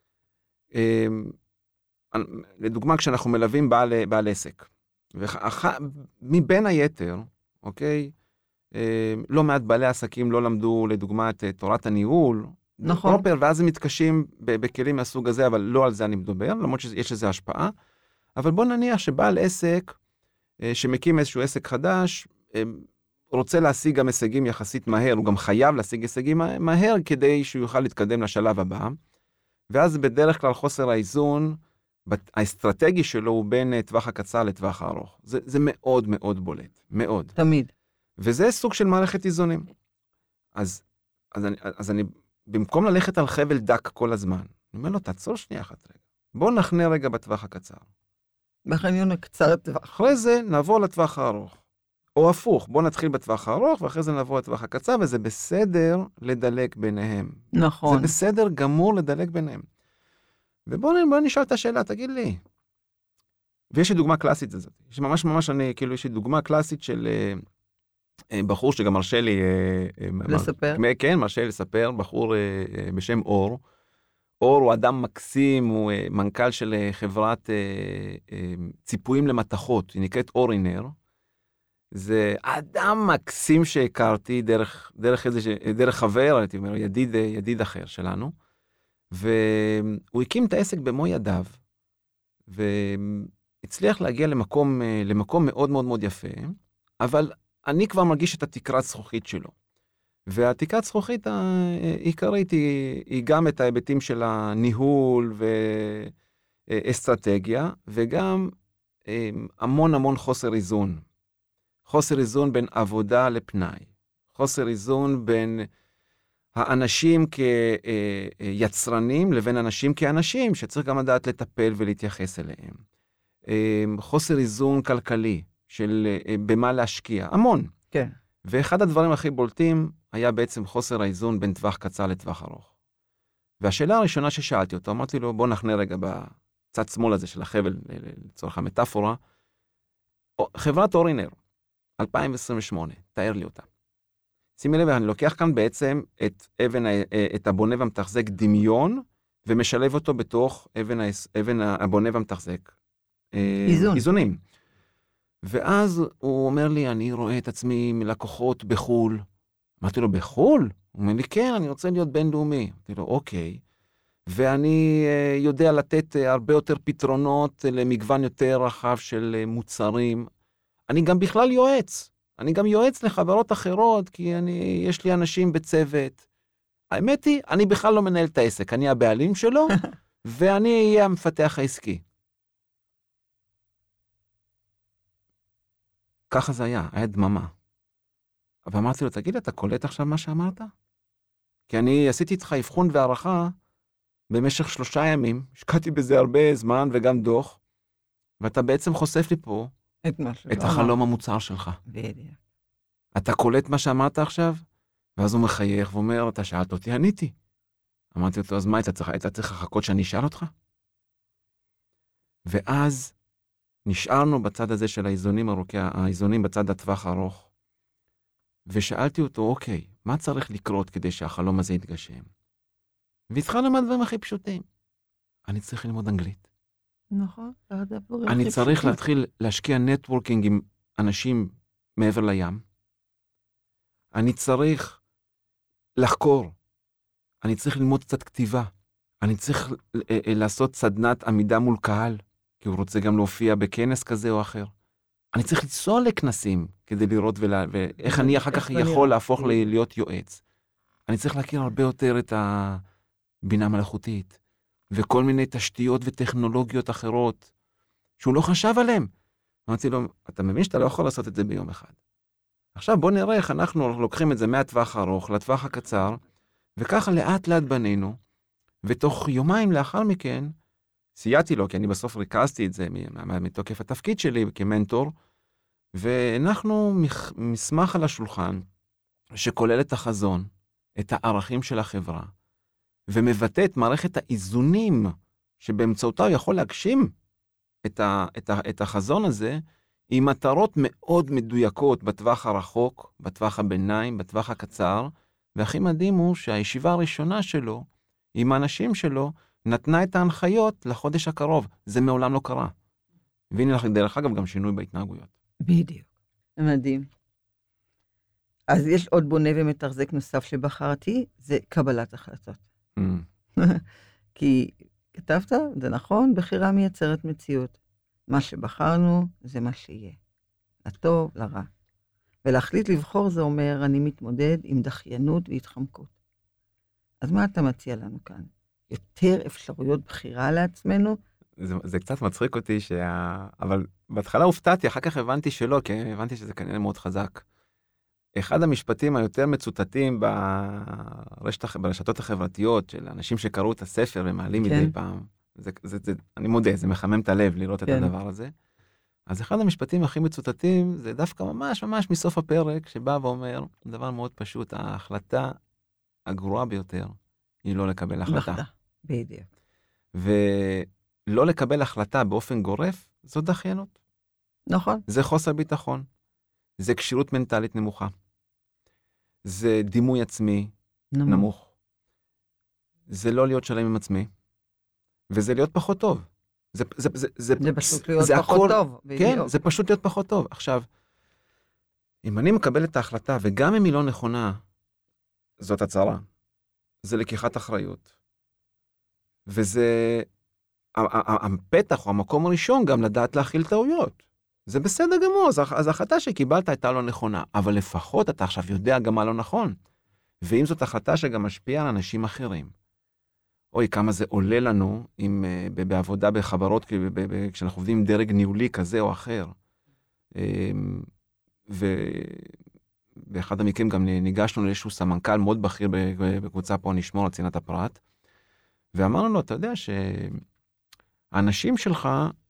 S3: לדוגמה כשאנחנו מלווים בעל, בעל עסק, מבין היתר, אוקיי, לא מעט בעלי עסקים לא למדו לדוגמה את תורת הניהול,
S1: נכון.
S3: פרופר, ואז הם מתקשים בכלים מהסוג הזה, אבל לא על זה אני מדבר, למרות שיש לזה השפעה. אבל בוא נניח שבעל עסק, שמקים איזשהו עסק חדש, רוצה להשיג גם הישגים יחסית מהר, הוא גם חייב להשיג הישגים מהר, כדי שהוא יוכל להתקדם לשלב הבא, ואז בדרך כלל חוסר האיזון, האסטרטגי שלו הוא בין טווח הקצר לטווח הארוך. זה, זה מאוד מאוד בולט, מאוד.
S1: תמיד.
S3: וזה סוג של מערכת איזונים. אז, אז, אני, אז אני, במקום ללכת על חבל דק כל הזמן, אני אומר לו, תעצור שנייה אחת רגע. בוא נחנה רגע בטווח הקצר.
S1: בחניון הקצר הטווח.
S3: אחרי זה נעבור לטווח הארוך. או הפוך, בוא נתחיל בטווח הארוך, ואחרי זה נעבור לטווח הקצר, וזה בסדר לדלק ביניהם.
S1: נכון.
S3: זה בסדר גמור לדלק ביניהם. ובואו נשאל את השאלה, תגיד לי. ויש לי דוגמה קלאסית הזאת. יש ממש ממש, אני, כאילו, יש לי דוגמה קלאסית של אה, אה, בחור שגם מרשה לי... אה,
S1: לספר?
S3: מר, כן, מרשה לי לספר, בחור אה, אה, בשם אור. אור הוא אדם מקסים, הוא אה, מנכ"ל של אה, חברת אה, אה, ציפויים למתכות, היא נקראת אורינר. זה אדם מקסים שהכרתי דרך, דרך, איזה, דרך חבר, הייתי אומר, ידיד, ידיד אחר שלנו. והוא הקים את העסק במו ידיו, והצליח להגיע למקום, למקום מאוד מאוד מאוד יפה, אבל אני כבר מרגיש את התקרת זכוכית שלו. והתקרת זכוכית העיקרית היא, היא גם את ההיבטים של הניהול ואסטרטגיה, וגם המון המון חוסר איזון. חוסר איזון בין עבודה לפנאי. חוסר איזון בין האנשים כיצרנים לבין אנשים כאנשים, שצריך גם לדעת לטפל ולהתייחס אליהם. חוסר איזון כלכלי, של במה להשקיע, המון.
S1: כן.
S3: ואחד הדברים הכי בולטים היה בעצם חוסר האיזון בין טווח קצר לטווח ארוך. והשאלה הראשונה ששאלתי אותו, אמרתי לו, בוא נחנה רגע צד שמאל הזה של החבל, לצורך המטאפורה, חברת אורינר, אלפיים עשרים ושמונה, תאר לי אותה. שימי לב, אני לוקח כאן בעצם את, אבן, את הבונה והמתחזק דמיון, ומשלב אותו בתוך אבן, אבן הבונה והמתחזק.
S1: איזון.
S3: איזונים. ואז הוא אומר לי, אני רואה את עצמי מלקוחות בחול. אמרתי לו, בחול? הוא אומר לי, כן, אני רוצה להיות בינלאומי. אמרתי לו, אוקיי. ואני יודע לתת הרבה יותר פתרונות למגוון יותר רחב של מוצרים. אני גם בכלל יועץ. אני גם יועץ לחברות אחרות, כי אני, יש לי אנשים בצוות. האמת היא, אני בכלל לא מנהל את העסק. אני הבעלים שלו, ואני אהיה המפתח העסקי. ככה זה היה, היה דממה. אבל אמרתי לו, תגיד, אתה קולט עכשיו מה שאמרת? כי אני עשיתי איתך אבחון והערכה במשך שלושה ימים, השקעתי בזה הרבה זמן וגם דוח, ואתה בעצם חושף לי פה
S1: את,
S3: את החלום המוצר שלך.
S1: בדיוק.
S3: אתה קולט מה שאמרת עכשיו? ואז הוא מחייך ואומר, אתה שאלת אותי, עניתי. אמרתי אותו, אז מה, אתה צריך, אתה צריך לחכות שאני אשאל אותך? ואז נשארנו בצד הזה של האיזונים ארוכי, האיזונים בצד הטווח הארוך, ושאלתי אותו, אוקיי, מה צריך לקרות כדי שהחלום הזה יתגשם? והתחלנו מהדברים הכי פשוטים. אני צריך ללמוד אנגלית.
S1: נכון.
S3: אני צריך להתחיל להשקיע נטוורקינג עם אנשים מעבר לים. אני צריך לחקור. אני צריך ללמוד קצת כתיבה. אני צריך לעשות סדנת עמידה מול קהל, כי הוא רוצה גם להופיע בכנס כזה או אחר. אני צריך לנסוע לכנסים כדי לראות ולה, ואיך אני אחר כך יכול להפוך להיות יועץ. אני צריך להכיר הרבה יותר את הבינה מלאכותית, וכל מיני תשתיות וטכנולוגיות אחרות, שהוא לא חשב עליהם. אמרתי לו, אתה מבין שאתה לא יכול לעשות את זה ביום אחד. עכשיו בוא נראה איך אנחנו לוקחים את זה מהטווח הארוך לטווח הקצר, וככה לאט לאט בנינו, ותוך יומיים לאחר מכן, סייעתי לו, כי אני בסוף ריכזתי את זה מתוקף התפקיד שלי כמנטור, ואנחנו מסמך על השולחן, שכולל את החזון, את הערכים של החברה, ומבטא את מערכת האיזונים, שבאמצעותה הוא יכול להגשים את, ה, את, ה, את החזון הזה, עם מטרות מאוד מדויקות בטווח הרחוק, בטווח הביניים, בטווח הקצר, והכי מדהים הוא שהישיבה הראשונה שלו, עם האנשים שלו, נתנה את ההנחיות לחודש הקרוב. זה מעולם לא קרה. והנה לך, דרך אגב, גם שינוי בהתנהגויות.
S1: בדיוק. מדהים. אז יש עוד בונה ומתחזק נוסף שבחרתי, זה קבלת החלטות. Mm. כי כתבת, זה נכון, בחירה מייצרת מציאות. מה שבחרנו, זה מה שיהיה. לטוב, לרע. ולהחליט לבחור זה אומר, אני מתמודד עם דחיינות והתחמקות. אז מה אתה מציע לנו כאן? יותר אפשרויות בחירה לעצמנו?
S3: זה, זה קצת מצחיק אותי, שה... אבל בהתחלה הופתעתי, אחר כך הבנתי שלא, כי הבנתי שזה כנראה מאוד חזק. אחד המשפטים היותר מצוטטים ברשת, ברשתות החברתיות, של אנשים שקראו את הספר ומעלים כן. מדי פעם, זה, זה, זה, אני מודה, זה מחמם את הלב לראות כן. את הדבר הזה. אז אחד המשפטים הכי מצוטטים, זה דווקא ממש ממש מסוף הפרק, שבא ואומר, דבר מאוד פשוט, ההחלטה הגרועה ביותר, היא לא לקבל החלטה.
S1: בדיוק.
S3: ולא לקבל החלטה באופן גורף, זו דחיינות.
S1: נכון.
S3: זה חוסר ביטחון. זה קשירות מנטלית נמוכה. זה דימוי עצמי נמוך. נמוך. זה לא להיות שלם עם עצמי. וזה להיות פחות טוב. זה, זה, זה, זה,
S1: זה פשוט להיות
S3: זה
S1: פחות
S3: הכל,
S1: טוב.
S3: כן, זה פשוט להיות פחות טוב. עכשיו, אם אני מקבל את ההחלטה, וגם אם היא לא נכונה, זאת הצהרה. זה לקיחת אחריות. וזה הפתח או המקום הראשון גם לדעת להכיל טעויות. זה בסדר גמור, אז ההחלטה שקיבלת הייתה לא נכונה, אבל לפחות אתה עכשיו יודע גם מה לא נכון. ואם זאת החלטה שגם משפיעה על אנשים אחרים. אוי, כמה זה עולה לנו עם, בעבודה בחברות, כשאנחנו עובדים עם דרג ניהולי כזה או אחר. ו... באחד המקרים גם ניגשנו לאיזשהו סמנכ"ל מאוד בכיר בקבוצה פה נשמור על צנעת הפרט, ואמרנו לו, אתה יודע שהאנשים שלך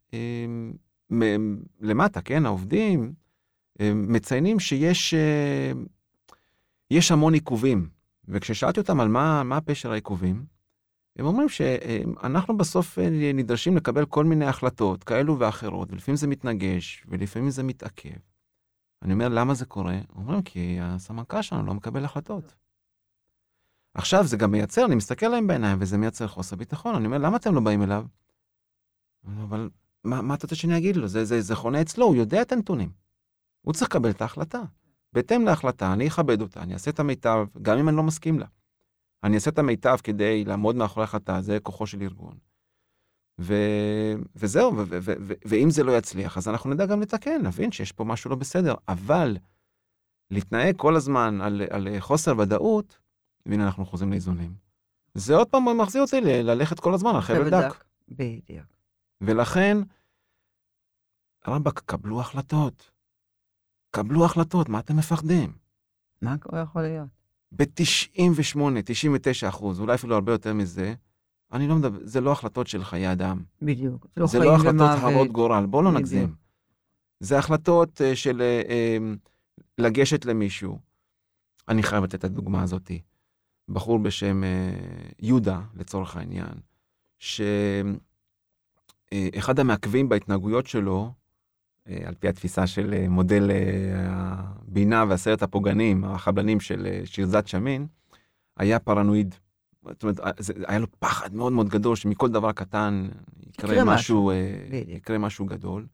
S3: למטה, כן, העובדים, מציינים שיש יש המון עיכובים, וכששאלתי אותם על מה, מה פשר העיכובים, הם אומרים שאנחנו בסוף נדרשים לקבל כל מיני החלטות, כאלו ואחרות, ולפעמים זה מתנגש, ולפעמים זה מתעכב. אני אומר, למה זה קורה? אומרים, כי הסמנכ"ל שלנו לא מקבל החלטות. עכשיו זה גם מייצר, אני מסתכל להם בעיניים, וזה מייצר חוסר ביטחון. אני אומר, למה אתם לא באים אליו? אבל מה, מה אתה רוצה שאני אגיד לו? זה, זה, זה חונה אצלו, הוא יודע את הנתונים. הוא צריך לקבל את ההחלטה. בהתאם להחלטה, אני אכבד אותה, אני אעשה את המיטב, גם אם אני לא מסכים לה. אני אעשה את המיטב כדי לעמוד מאחורי החלטה, זה כוחו של ארגון. ו... וזהו, ו... ו... ו... ואם זה לא יצליח, אז אנחנו נדע גם לתקן, נבין שיש פה משהו לא בסדר, אבל להתנהג כל הזמן על, על חוסר ודאות, והנה אנחנו חוזרים לאיזונים. זה עוד פעם מחזיר אותי ל... ללכת כל הזמן על חבל דק.
S1: בדיוק.
S3: ולכן, רבק, קבלו החלטות. קבלו החלטות, מה אתם מפחדים?
S1: מה יכול להיות?
S3: ב-תשעים ושמונה, תשעים ותשע אחוז, אולי אפילו הרבה יותר מזה, אני לא מדבר, זה לא החלטות של חיי אדם.
S1: בדיוק.
S3: זה לא, זה לא החלטות הרות גורל, בוא לא בדיוק. נגזים. זה החלטות uh, של uh, uh, לגשת למישהו. אני חייב לתת את הדוגמה הזאת. בחור בשם uh, יהודה, לצורך העניין, שאחד uh, המעכבים בהתנהגויות שלו, uh, על פי התפיסה של uh, מודל uh, הבינה והסרט הפוגענים, החבלנים של uh, שירזת שמין, היה פרנואיד. זאת אומרת, זה, היה לו פחד מאוד מאוד גדול, שמכל דבר קטן יקרה, יקרה משהו, משהו. יקרה משהו גדול.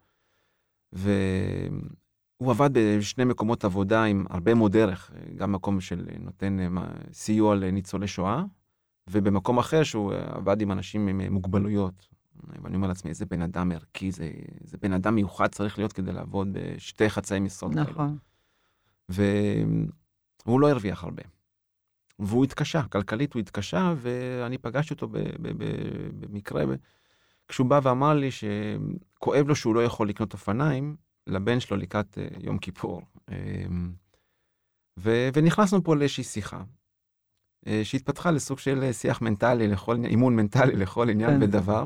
S3: והוא עבד בשני מקומות עבודה עם הרבה מאוד דרך, גם מקום של נותן סיוע לניצולי שואה, ובמקום אחר שהוא עבד עם אנשים עם מוגבלויות. ואני אומר לעצמי, איזה בן אדם ערכי, זה, זה בן אדם מיוחד צריך להיות כדי לעבוד בשתי חצאי משרות.
S1: נכון.
S3: והוא לא הרוויח הרבה. והוא התקשה, כלכלית הוא התקשה, ואני פגשתי אותו במקרה, כשהוא בא ואמר לי שכואב לו שהוא לא יכול לקנות אופניים, לבן שלו לקראת יום כיפור. ו- ונכנסנו פה לאיזושהי שיחה, שהתפתחה לסוג של שיח מנטלי, לכל, אימון מנטלי לכל עניין ודבר,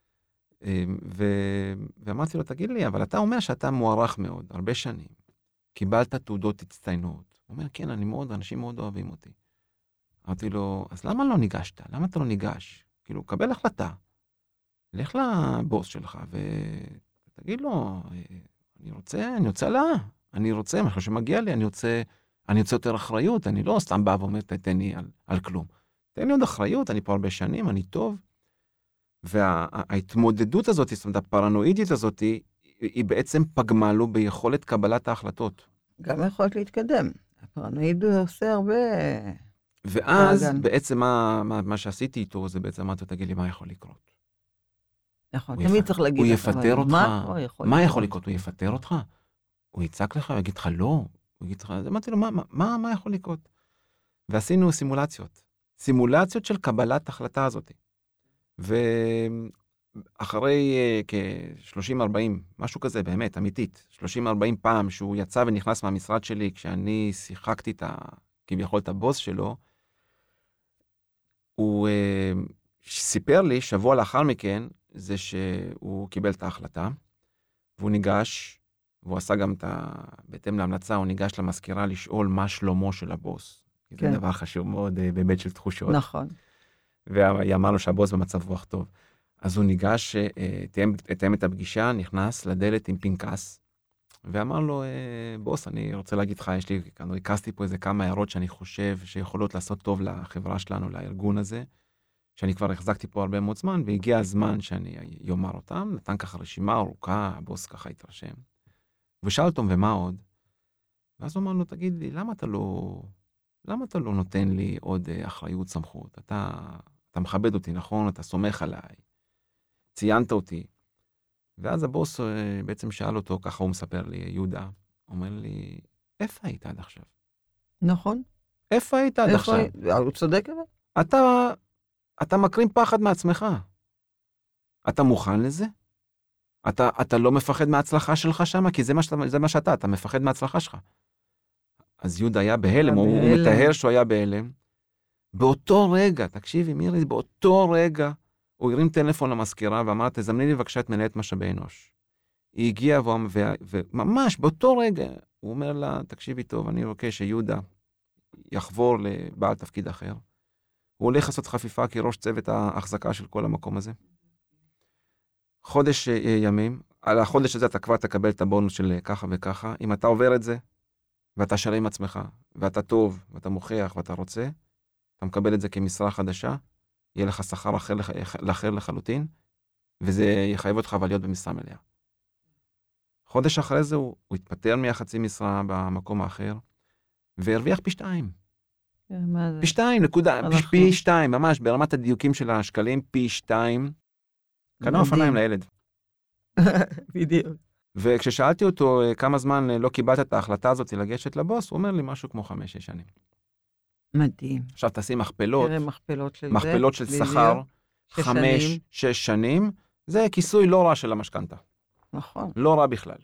S3: ו- ואמרתי לו, תגיד לי, אבל אתה אומר שאתה מוערך מאוד, הרבה שנים, קיבלת תעודות הצטיינות. הוא אומר, כן, אני מאוד, אנשים מאוד אוהבים אותי. אמרתי לו, אז למה לא ניגשת? למה אתה לא ניגש? כאילו, קבל החלטה. לך לבוס שלך ותגיד לו, אני רוצה, אני רוצה לה. אני רוצה, מה שמגיע לי, אני רוצה, אני רוצה יותר אחריות. אני לא סתם בא ואומר, תתן לי על, על כלום. תן לי עוד אחריות, אני פה הרבה שנים, אני טוב. וההתמודדות הזאת, זאת אומרת, הפרנואידית הזאת, היא, היא בעצם פגמה לו ביכולת קבלת ההחלטות.
S1: גם יכולת להתקדם. הפרנואיד עושה הרבה...
S3: ואז ברגן. בעצם מה, מה, מה שעשיתי איתו, זה בעצם אמרתי, תגיד לי, מה יכול לקרות?
S1: נכון, תמיד צריך להגיד.
S3: הוא יפטר אותך.
S1: מה, יכול,
S3: מה יכול לקרות? הוא יפטר אותך? הוא יצעק לך, הוא יגיד לך לא. הוא יגיד לך, אמרתי לו, מה, מה, מה יכול לקרות? ועשינו סימולציות. סימולציות של קבלת החלטה הזאת. ואחרי כ-שלושים ארבעים, משהו כזה, באמת, אמיתית, שלושים ארבעים פעם שהוא יצא ונכנס מהמשרד שלי, כשאני שיחקתי את ה... כביכול את הבוס שלו, הוא uh, סיפר לי שבוע לאחר מכן, זה שהוא קיבל את ההחלטה, והוא ניגש, והוא עשה גם את ה... בהתאם להמלצה, הוא ניגש למזכירה לשאול מה שלומו של הבוס. כן. זה דבר חשוב מאוד uh, באמת של תחושות.
S1: נכון.
S3: והיא אמר לו שהבוס במצב רוח טוב. אז הוא ניגש, uh, תאם, תאם את הפגישה, נכנס לדלת עם פנקס, ואמר לו, בוס, אני רוצה להגיד לך, יש לי, כאן ריכזתי פה איזה כמה הערות שאני חושב שיכולות לעשות טוב לחברה שלנו, לארגון הזה, שאני כבר החזקתי פה הרבה מאוד זמן, והגיע הזמן שאני יאמר אותם, נתן ככה רשימה ארוכה, הבוס ככה התרשם. ושאל אותו, ומה עוד? ואז הוא אמר לו, תגיד לי, למה אתה לא, למה אתה לא נותן לי עוד אחריות סמכות? אתה, אתה מכבד אותי, נכון? אתה סומך עליי. ציינת אותי. ואז הבוס בעצם שאל אותו, ככה הוא מספר לי, יהודה, אומר לי, איפה היית עד עכשיו?
S1: נכון.
S3: איפה היית עד עכשיו?
S1: הוא צודק אבל?
S3: אתה, אתה מקרים פחד מעצמך. אתה מוכן לזה? אתה, אתה לא מפחד מההצלחה שלך שם? כי זה מה, שאתה, זה מה שאתה, אתה מפחד מההצלחה שלך. אז יהודה היה בהלם, הוא, הוא מתאר שהוא היה בהלם. באותו רגע, תקשיבי מירי, באותו רגע, הוא הרים טלפון למזכירה ואמר, תזמני לי בבקשה את מנהלת משאבי אנוש. היא הגיעה וממש באותו רגע, הוא אומר לה, תקשיבי טוב, אני רוצה שיהודה יחבור לבעל תפקיד אחר. הוא הולך לעשות חפיפה כראש צוות ההחזקה של כל המקום הזה. חודש ימים, על החודש הזה אתה כבר תקבל את הבונוס של ככה וככה. אם אתה עובר את זה, ואתה שלם עם עצמך, ואתה טוב, ואתה מוכיח, ואתה רוצה, אתה מקבל את זה כמשרה חדשה, יהיה לך שכר אחר, לאחר לחלוטין, וזה יחייב אותך אבל להיות במשרה מלאה. חודש אחרי זה הוא, הוא התפטר מהחצי משרה במקום האחר, והרוויח פי שתיים.
S1: מה זה?
S3: פי שתיים, נקודה,
S1: אנחנו...
S3: פי שתיים, ממש, ברמת הדיוקים של השקלים, פי שתיים. קנה אופניים לילד.
S1: בדיוק.
S3: וכששאלתי אותו כמה זמן לא קיבלת את ההחלטה הזאת לגשת לבוס, הוא אומר לי משהו כמו חמש, שש שנים.
S1: מדהים.
S3: עכשיו תשים מכפלות,
S1: תראה מכפלות של
S3: מכפלות
S1: זה.
S3: של שכר,
S1: שש
S3: חמש,
S1: שנים.
S3: שש שנים, זה כיסוי לא רע של המשכנתה.
S1: נכון.
S3: לא רע בכלל.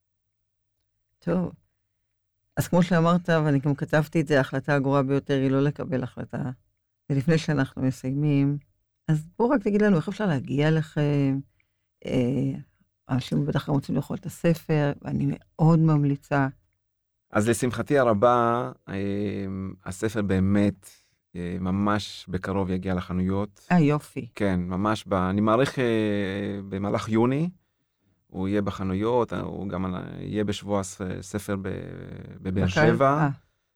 S1: טוב. אז כמו שאמרת, ואני גם כתבתי את זה, ההחלטה הגרועה ביותר היא לא לקבל החלטה. ולפני שאנחנו מסיימים, אז בואו רק תגיד לנו, איך אפשר להגיע לכם? אה, אנשים בטח רוצים לאכול את הספר, ואני מאוד ממליצה.
S3: אז לשמחתי הרבה, הספר באמת ממש בקרוב יגיע לחנויות.
S1: אה, יופי.
S3: כן, ממש, ב... אני מעריך במהלך יוני, הוא יהיה בחנויות, הוא גם יהיה בשבוע ספר בבאר שבע,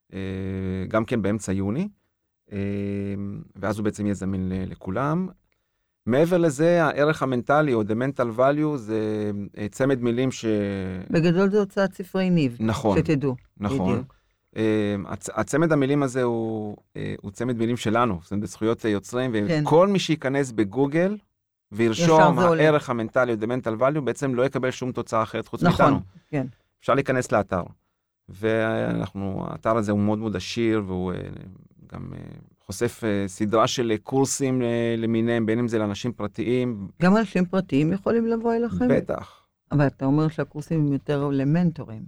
S3: גם כן באמצע יוני, ואז הוא בעצם יהיה זמין לכולם. מעבר לזה, הערך המנטלי, או the mental value, זה צמד מילים ש...
S1: בגדול זה הוצאת ספרי ניב.
S3: נכון.
S1: שתדעו.
S3: נכון.
S1: בדיוק.
S3: הצ... הצמד המילים הזה הוא, הוא צמד מילים שלנו, זאת אומרת, בזכויות יוצרים,
S1: כן.
S3: וכל מי שייכנס בגוגל, וירשום הערך המנטלי, או the mental value, בעצם לא יקבל שום תוצאה אחרת חוץ
S1: נכון,
S3: מאיתנו.
S1: כן.
S3: אפשר להיכנס לאתר. ואנחנו, האתר הזה הוא מאוד מאוד עשיר, והוא גם חושף סדרה של קורסים למיניהם, בין אם זה לאנשים פרטיים.
S1: גם אנשים פרטיים יכולים לבוא אליכם?
S3: בטח.
S1: אבל אתה אומר שהקורסים הם יותר למנטורים.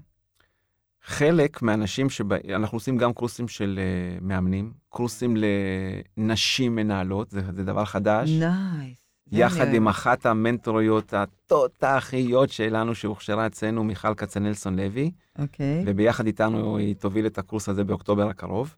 S3: חלק מהאנשים שבא, אנחנו עושים גם קורסים של uh, מאמנים, קורסים לנשים מנהלות, זה, זה דבר חדש.
S1: נייס.
S3: יחד עם אחת המנטוריות התותחיות שלנו שהוכשרה אצלנו, מיכל כצנלסון לוי.
S1: אוקיי.
S3: וביחד איתנו היא תוביל את הקורס הזה באוקטובר הקרוב.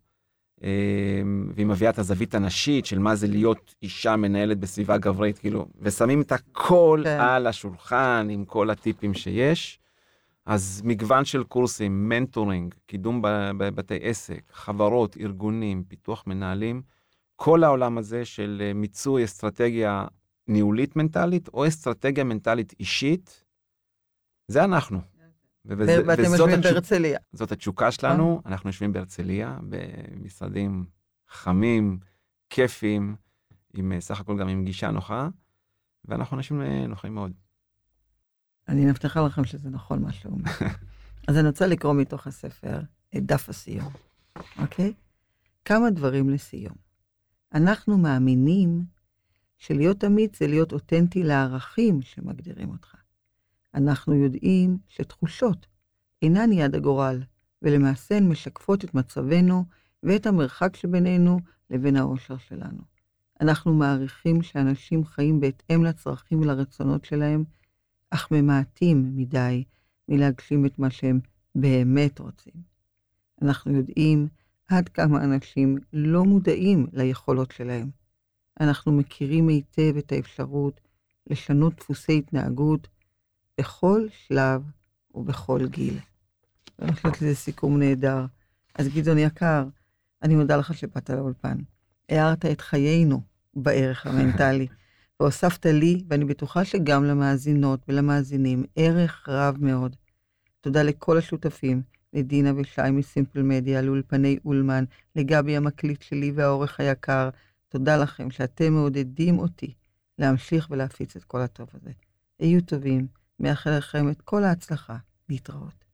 S3: והיא מביאה את הזווית הנשית של מה זה להיות אישה מנהלת בסביבה גברית, כאילו, ושמים את הכל כן. על השולחן עם כל הטיפים שיש. אז מגוון של קורסים, מנטורינג, קידום בבתי עסק, חברות, ארגונים, פיתוח מנהלים, כל העולם הזה של מיצוי אסטרטגיה ניהולית מנטלית, או אסטרטגיה מנטלית אישית, זה אנחנו.
S1: וזה, ואתם יושבים בהרצליה.
S3: זאת התשוקה שלנו, אנחנו יושבים בהרצליה, במשרדים חמים, כיפים, עם סך הכל גם עם גישה נוחה, ואנחנו אנשים נוחים מאוד.
S1: אני מבטיחה לכם שזה נכון מה שהוא אומר. אז אני רוצה לקרוא מתוך הספר את דף הסיום, אוקיי? כמה דברים לסיום. אנחנו מאמינים שלהיות אמיץ זה להיות אותנטי לערכים שמגדירים אותך. אנחנו יודעים שתחושות אינן יד הגורל, ולמעשה הן משקפות את מצבנו ואת המרחק שבינינו לבין האושר שלנו. אנחנו מעריכים שאנשים חיים בהתאם לצרכים ולרצונות שלהם, אך ממעטים מדי מלהגשים את מה שהם באמת רוצים. אנחנו יודעים עד כמה אנשים לא מודעים ליכולות שלהם. אנחנו מכירים היטב את האפשרות לשנות דפוסי התנהגות בכל שלב ובכל גיל. ואני חושבת לזה סיכום נהדר. אז גדעון יקר, אני מודה לך שבאת לאולפן. הערת את חיינו בערך המנטלי, והוספת לי, ואני בטוחה שגם למאזינות ולמאזינים, ערך רב מאוד. תודה לכל השותפים, לדינה ושי מסימפל מדיה, לאולפני אולמן, לגבי המקליט שלי והאורך היקר. תודה לכם שאתם מעודדים אותי להמשיך ולהפיץ את כל הטוב הזה. היו טובים, מאחל לכם את כל ההצלחה. להתראות.